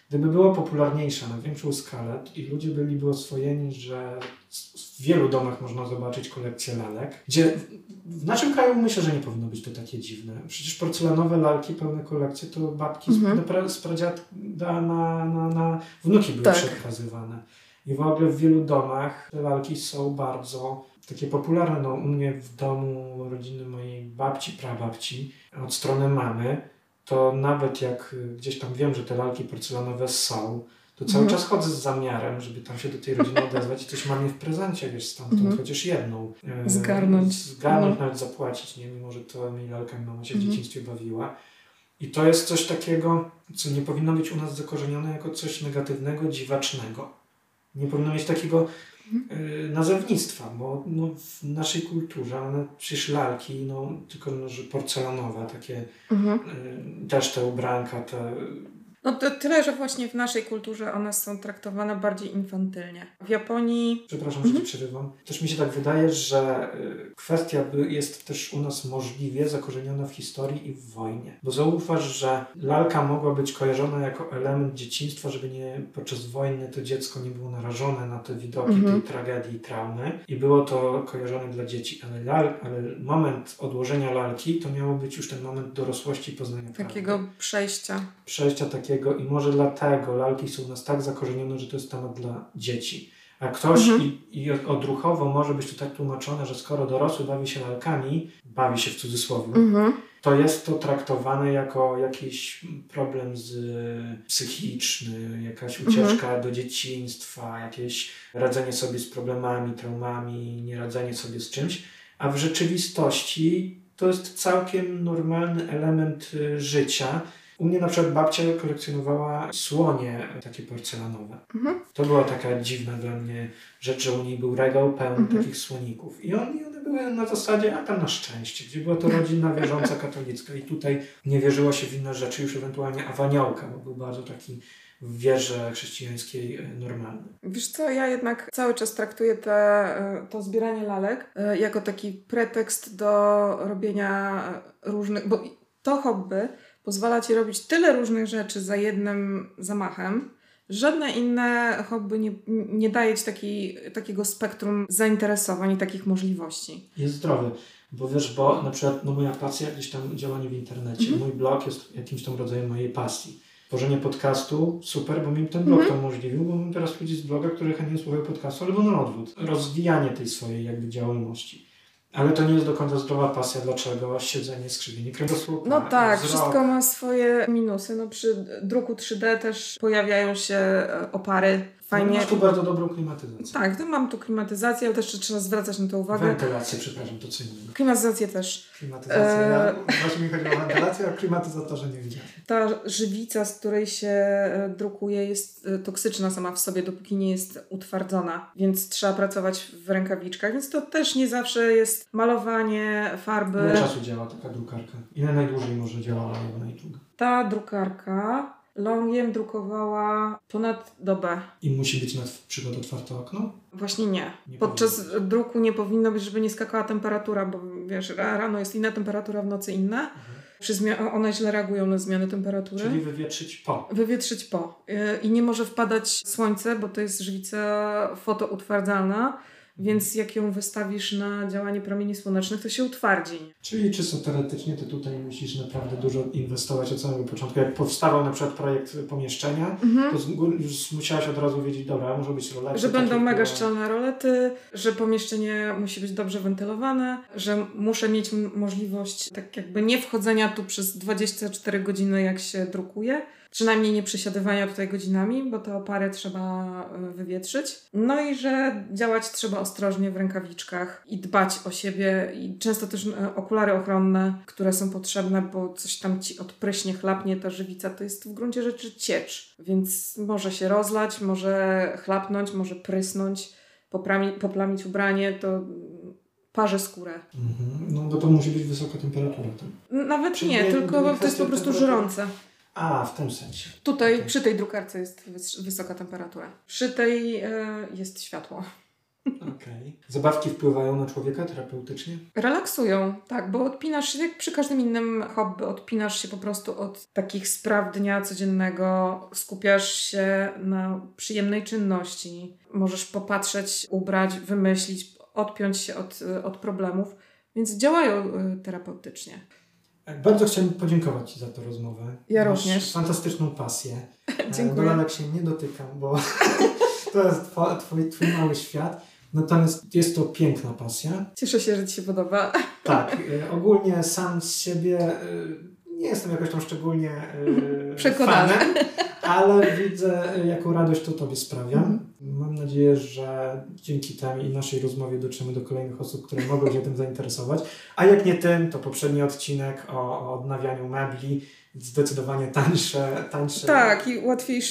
Gdyby było popularniejsze na większą skalę i ludzie byliby oswojeni, że w wielu domach można zobaczyć kolekcję lalek, gdzie w naszym kraju myślę, że nie powinno być to takie dziwne. Przecież porcelanowe lalki, pełne kolekcje to babki z pradziada na wnuki były przekazywane. I w ogóle w wielu domach te lalki są bardzo takie popularne. No, u mnie w domu rodzinnym mojej babci, prababci, od strony mamy, to nawet jak gdzieś tam wiem, że te lalki porcelanowe są, to cały czas chodzę z zamiarem, żeby tam się do tej rodziny odezwać i coś mamie w prezencie, wiesz, stamtąd chociaż jedną. Zgarnąć, nawet zapłacić, nie? Mimo że to mi lalkami mama się w dzieciństwie bawiła. I to jest coś takiego, co nie powinno być u nas zakorzenione jako coś negatywnego, dziwacznego. Nie powinno mieć takiego nazewnictwa, bo no, w naszej kulturze one przecież lalki, no, tylko no, że porcelanowe, takie też te ubranka, te... No to tyle, że właśnie w naszej kulturze one są traktowane bardziej infantylnie. W Japonii... Przepraszam, że ci przerywam. Też mi się tak wydaje, że kwestia jest też u nas możliwie zakorzeniona w historii i w wojnie. Bo zauważ, że lalka mogła być kojarzona jako element dzieciństwa, żeby nie podczas wojny to dziecko nie było narażone na te widoki tej tragedii i traumy. I było to kojarzone dla dzieci. Ale moment odłożenia lalki to miało być już ten moment dorosłości i poznania takiego prawdy. Przejścia takiego i może dlatego lalki są u nas tak zakorzenione, że to jest temat dla dzieci. A ktoś i odruchowo może być to tak tłumaczone, że skoro dorosły bawi się lalkami, bawi się w cudzysłowie, to jest to traktowane jako jakiś problem psychiczny, jakaś ucieczka do dzieciństwa, jakieś radzenie sobie z problemami, traumami, nieradzenie sobie z czymś, a w rzeczywistości to jest całkiem normalny element życia. U mnie na przykład babcia kolekcjonowała słonie takie porcelanowe. To była taka dziwna dla mnie rzecz, że u niej był regał pełny takich słoników. I one były na zasadzie, a tam na szczęście, gdzie była to rodzina wierząca katolicka i tutaj nie wierzyło się w inne rzeczy, już ewentualnie awaniołka, bo był bardzo taki w wierze chrześcijańskiej normalny. Wiesz co, ja jednak cały czas traktuję to zbieranie lalek jako taki pretekst do robienia różnych, bo to hobby pozwala ci robić tyle różnych rzeczy za jednym zamachem. Żadne inne hobby nie daje ci takiego spektrum zainteresowań i takich możliwości. Jest zdrowy, bo wiesz, bo na przykład moja pasja, gdzieś tam działanie w internecie, mój blog jest jakimś tam rodzajem mojej pasji. Tworzenie podcastu, super, bo mi ten blog to umożliwił, bo mam teraz ludzi z bloga, którzy chętnie słuchają podcastu, albo na odwrót. Rozwijanie tej swojej jakby działalności. Ale to nie jest do końca zdrowa pasja. Dlaczego? Siedzenie, skrzywienie kręgosłupa. No tak, wszystko ma swoje minusy. No przy druku 3D też pojawiają się opary. Fajnie. Masz tu bardzo dobrą klimatyzację. Tak, to mam tu klimatyzację, ale też trzeba zwracać na to uwagę. Wentylację, przepraszam, to co innego. Klimatyzację też. Klimatyzację. Właśnie mi chodziło o wentylację, a klimatyzatorze nie widziałem. Ta żywica, z której się drukuje, jest toksyczna sama w sobie, dopóki nie jest utwardzona. Więc trzeba pracować w rękawiczkach. Więc to też nie zawsze jest malowanie, farby. Ile czasu działa taka drukarka? Ile najdłużej może działała na YouTube? Ta drukarka Longiem drukowała ponad dobę. I musi być na przykład otwarte okno? Właśnie nie. Podczas druku nie powinno być, żeby nie skakała temperatura, bo wiesz, rano jest inna temperatura, w nocy inna. One źle reagują na zmiany temperatury. Czyli wywietrzyć po. Wywietrzyć po. I nie może wpadać słońce, bo to jest żywica fotoutwardzalna. Więc jak ją wystawisz na działanie promieni słonecznych, to się utwardzi. Czyli czysto teoretycznie ty tutaj musisz naprawdę dużo inwestować od samego początku. Jak powstawał na przykład projekt pomieszczenia, to już musiałaś od razu wiedzieć, dobra, może być rolety. Że będą mega szczelne rolety, że pomieszczenie musi być dobrze wentylowane, że muszę mieć możliwość tak jakby nie wchodzenia tu przez 24 godziny, jak się drukuje. Przynajmniej nie przesiadywania tutaj godzinami, bo te opary trzeba wywietrzyć. No i że działać trzeba ostrożnie w rękawiczkach i dbać o siebie. I często też okulary ochronne, które są potrzebne, bo coś tam ci odpryśnie, chlapnie ta żywica. To jest w gruncie rzeczy ciecz. Więc może się rozlać, może chlapnąć, może prysnąć, poplamić ubranie. To parzy skórę. No bo to musi być wysoka temperatura. Tak? Nawet czyli nie, tylko to jest po prostu żrące. A, w tym sensie. Tutaj przy tej drukarce jest wysoka temperatura. Przy tej jest światło. Okay. Okej. Zabawki wpływają na człowieka terapeutycznie? Relaksują, tak, bo odpinasz się, jak przy każdym innym hobby, odpinasz się po prostu od takich spraw dnia codziennego, skupiasz się na przyjemnej czynności, możesz popatrzeć, ubrać, wymyślić, odpiąć się od problemów, więc działają terapeutycznie. Bardzo chciałem podziękować Ci za tę rozmowę. Ja Masz również. fantastyczną pasję. Dziękuję. Do lalek się nie dotykam, bo to jest twój mały świat. Natomiast jest to piękna pasja. Cieszę się, że Ci się podoba. Tak, ogólnie sam z siebie nie jestem jakoś tam szczególnie Przekonany. fanem, ale widzę, jaką radość to Tobie sprawia. Mam nadzieję, że dzięki temu i naszej rozmowie dotrzemy do kolejnych osób, które mogą się tym zainteresować. A jak nie tym, to poprzedni odcinek o odnawianiu mebli, zdecydowanie tańsze. Tak, i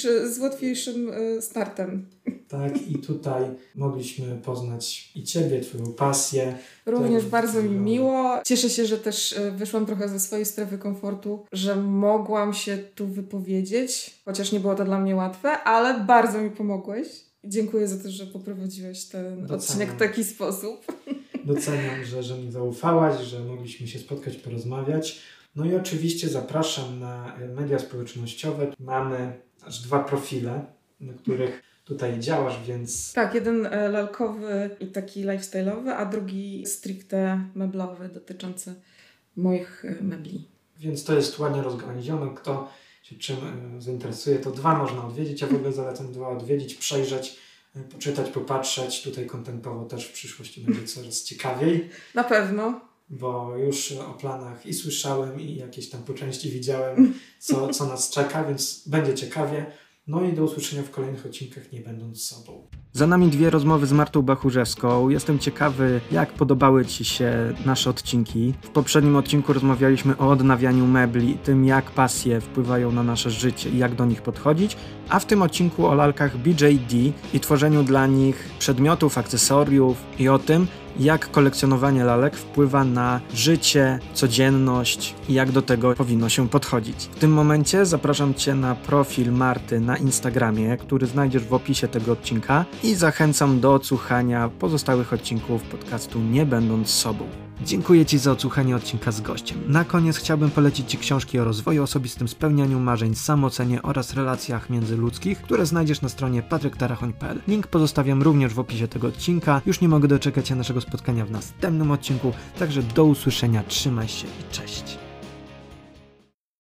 z łatwiejszym startem. Tak, i tutaj mogliśmy poznać i Ciebie, Twoją pasję. Również bardzo mi miło. Cieszę się, że też wyszłam trochę ze swojej strefy komfortu, że mogłam się tu wypowiedzieć, chociaż nie było to dla mnie łatwe, ale bardzo mi pomogłeś. Dziękuję za to, że poprowadziłeś ten odcinek w taki sposób. Doceniam, że mi zaufałaś, że mogliśmy się spotkać, porozmawiać. No i oczywiście zapraszam na media społecznościowe. Mamy aż 2 profile, na których tutaj działasz, więc... Tak, jeden lalkowy i taki lifestyle'owy, a drugi stricte meblowy, dotyczący moich mebli. Więc to jest ładnie rozgraniczone. Kto się czym zainteresuje, to 2 można odwiedzić. Ja w ogóle zalecam 2 odwiedzić, przejrzeć, poczytać, popatrzeć. Tutaj kontentowo też w przyszłości będzie coraz ciekawiej. Na pewno. Bo już o planach i słyszałem, i jakieś tam po części widziałem, co nas czeka, więc będzie ciekawie. No i do usłyszenia w kolejnych odcinkach, nie będąc sobą. Za nami 2 rozmowy z Martą Bachurzewską. Jestem ciekawy, jak podobały Ci się nasze odcinki. W poprzednim odcinku rozmawialiśmy o odnawianiu mebli, tym jak pasje wpływają na nasze życie i jak do nich podchodzić, a w tym odcinku o lalkach BJD i tworzeniu dla nich przedmiotów, akcesoriów i o tym, jak kolekcjonowanie lalek wpływa na życie, codzienność i jak do tego powinno się podchodzić. W tym momencie zapraszam Cię na profil Marty na Instagramie, który znajdziesz w opisie tego odcinka i zachęcam do odsłuchania pozostałych odcinków podcastu Nie będąc sobą. Dziękuję Ci za odsłuchanie odcinka z gościem. Na koniec chciałbym polecić Ci książki o rozwoju osobistym, spełnianiu marzeń, samoocenie oraz relacjach międzyludzkich, które znajdziesz na stronie patryktarachoń.pl. Link pozostawiam również w opisie tego odcinka. Już nie mogę doczekać się naszego spotkania w następnym odcinku, także do usłyszenia, trzymaj się i cześć.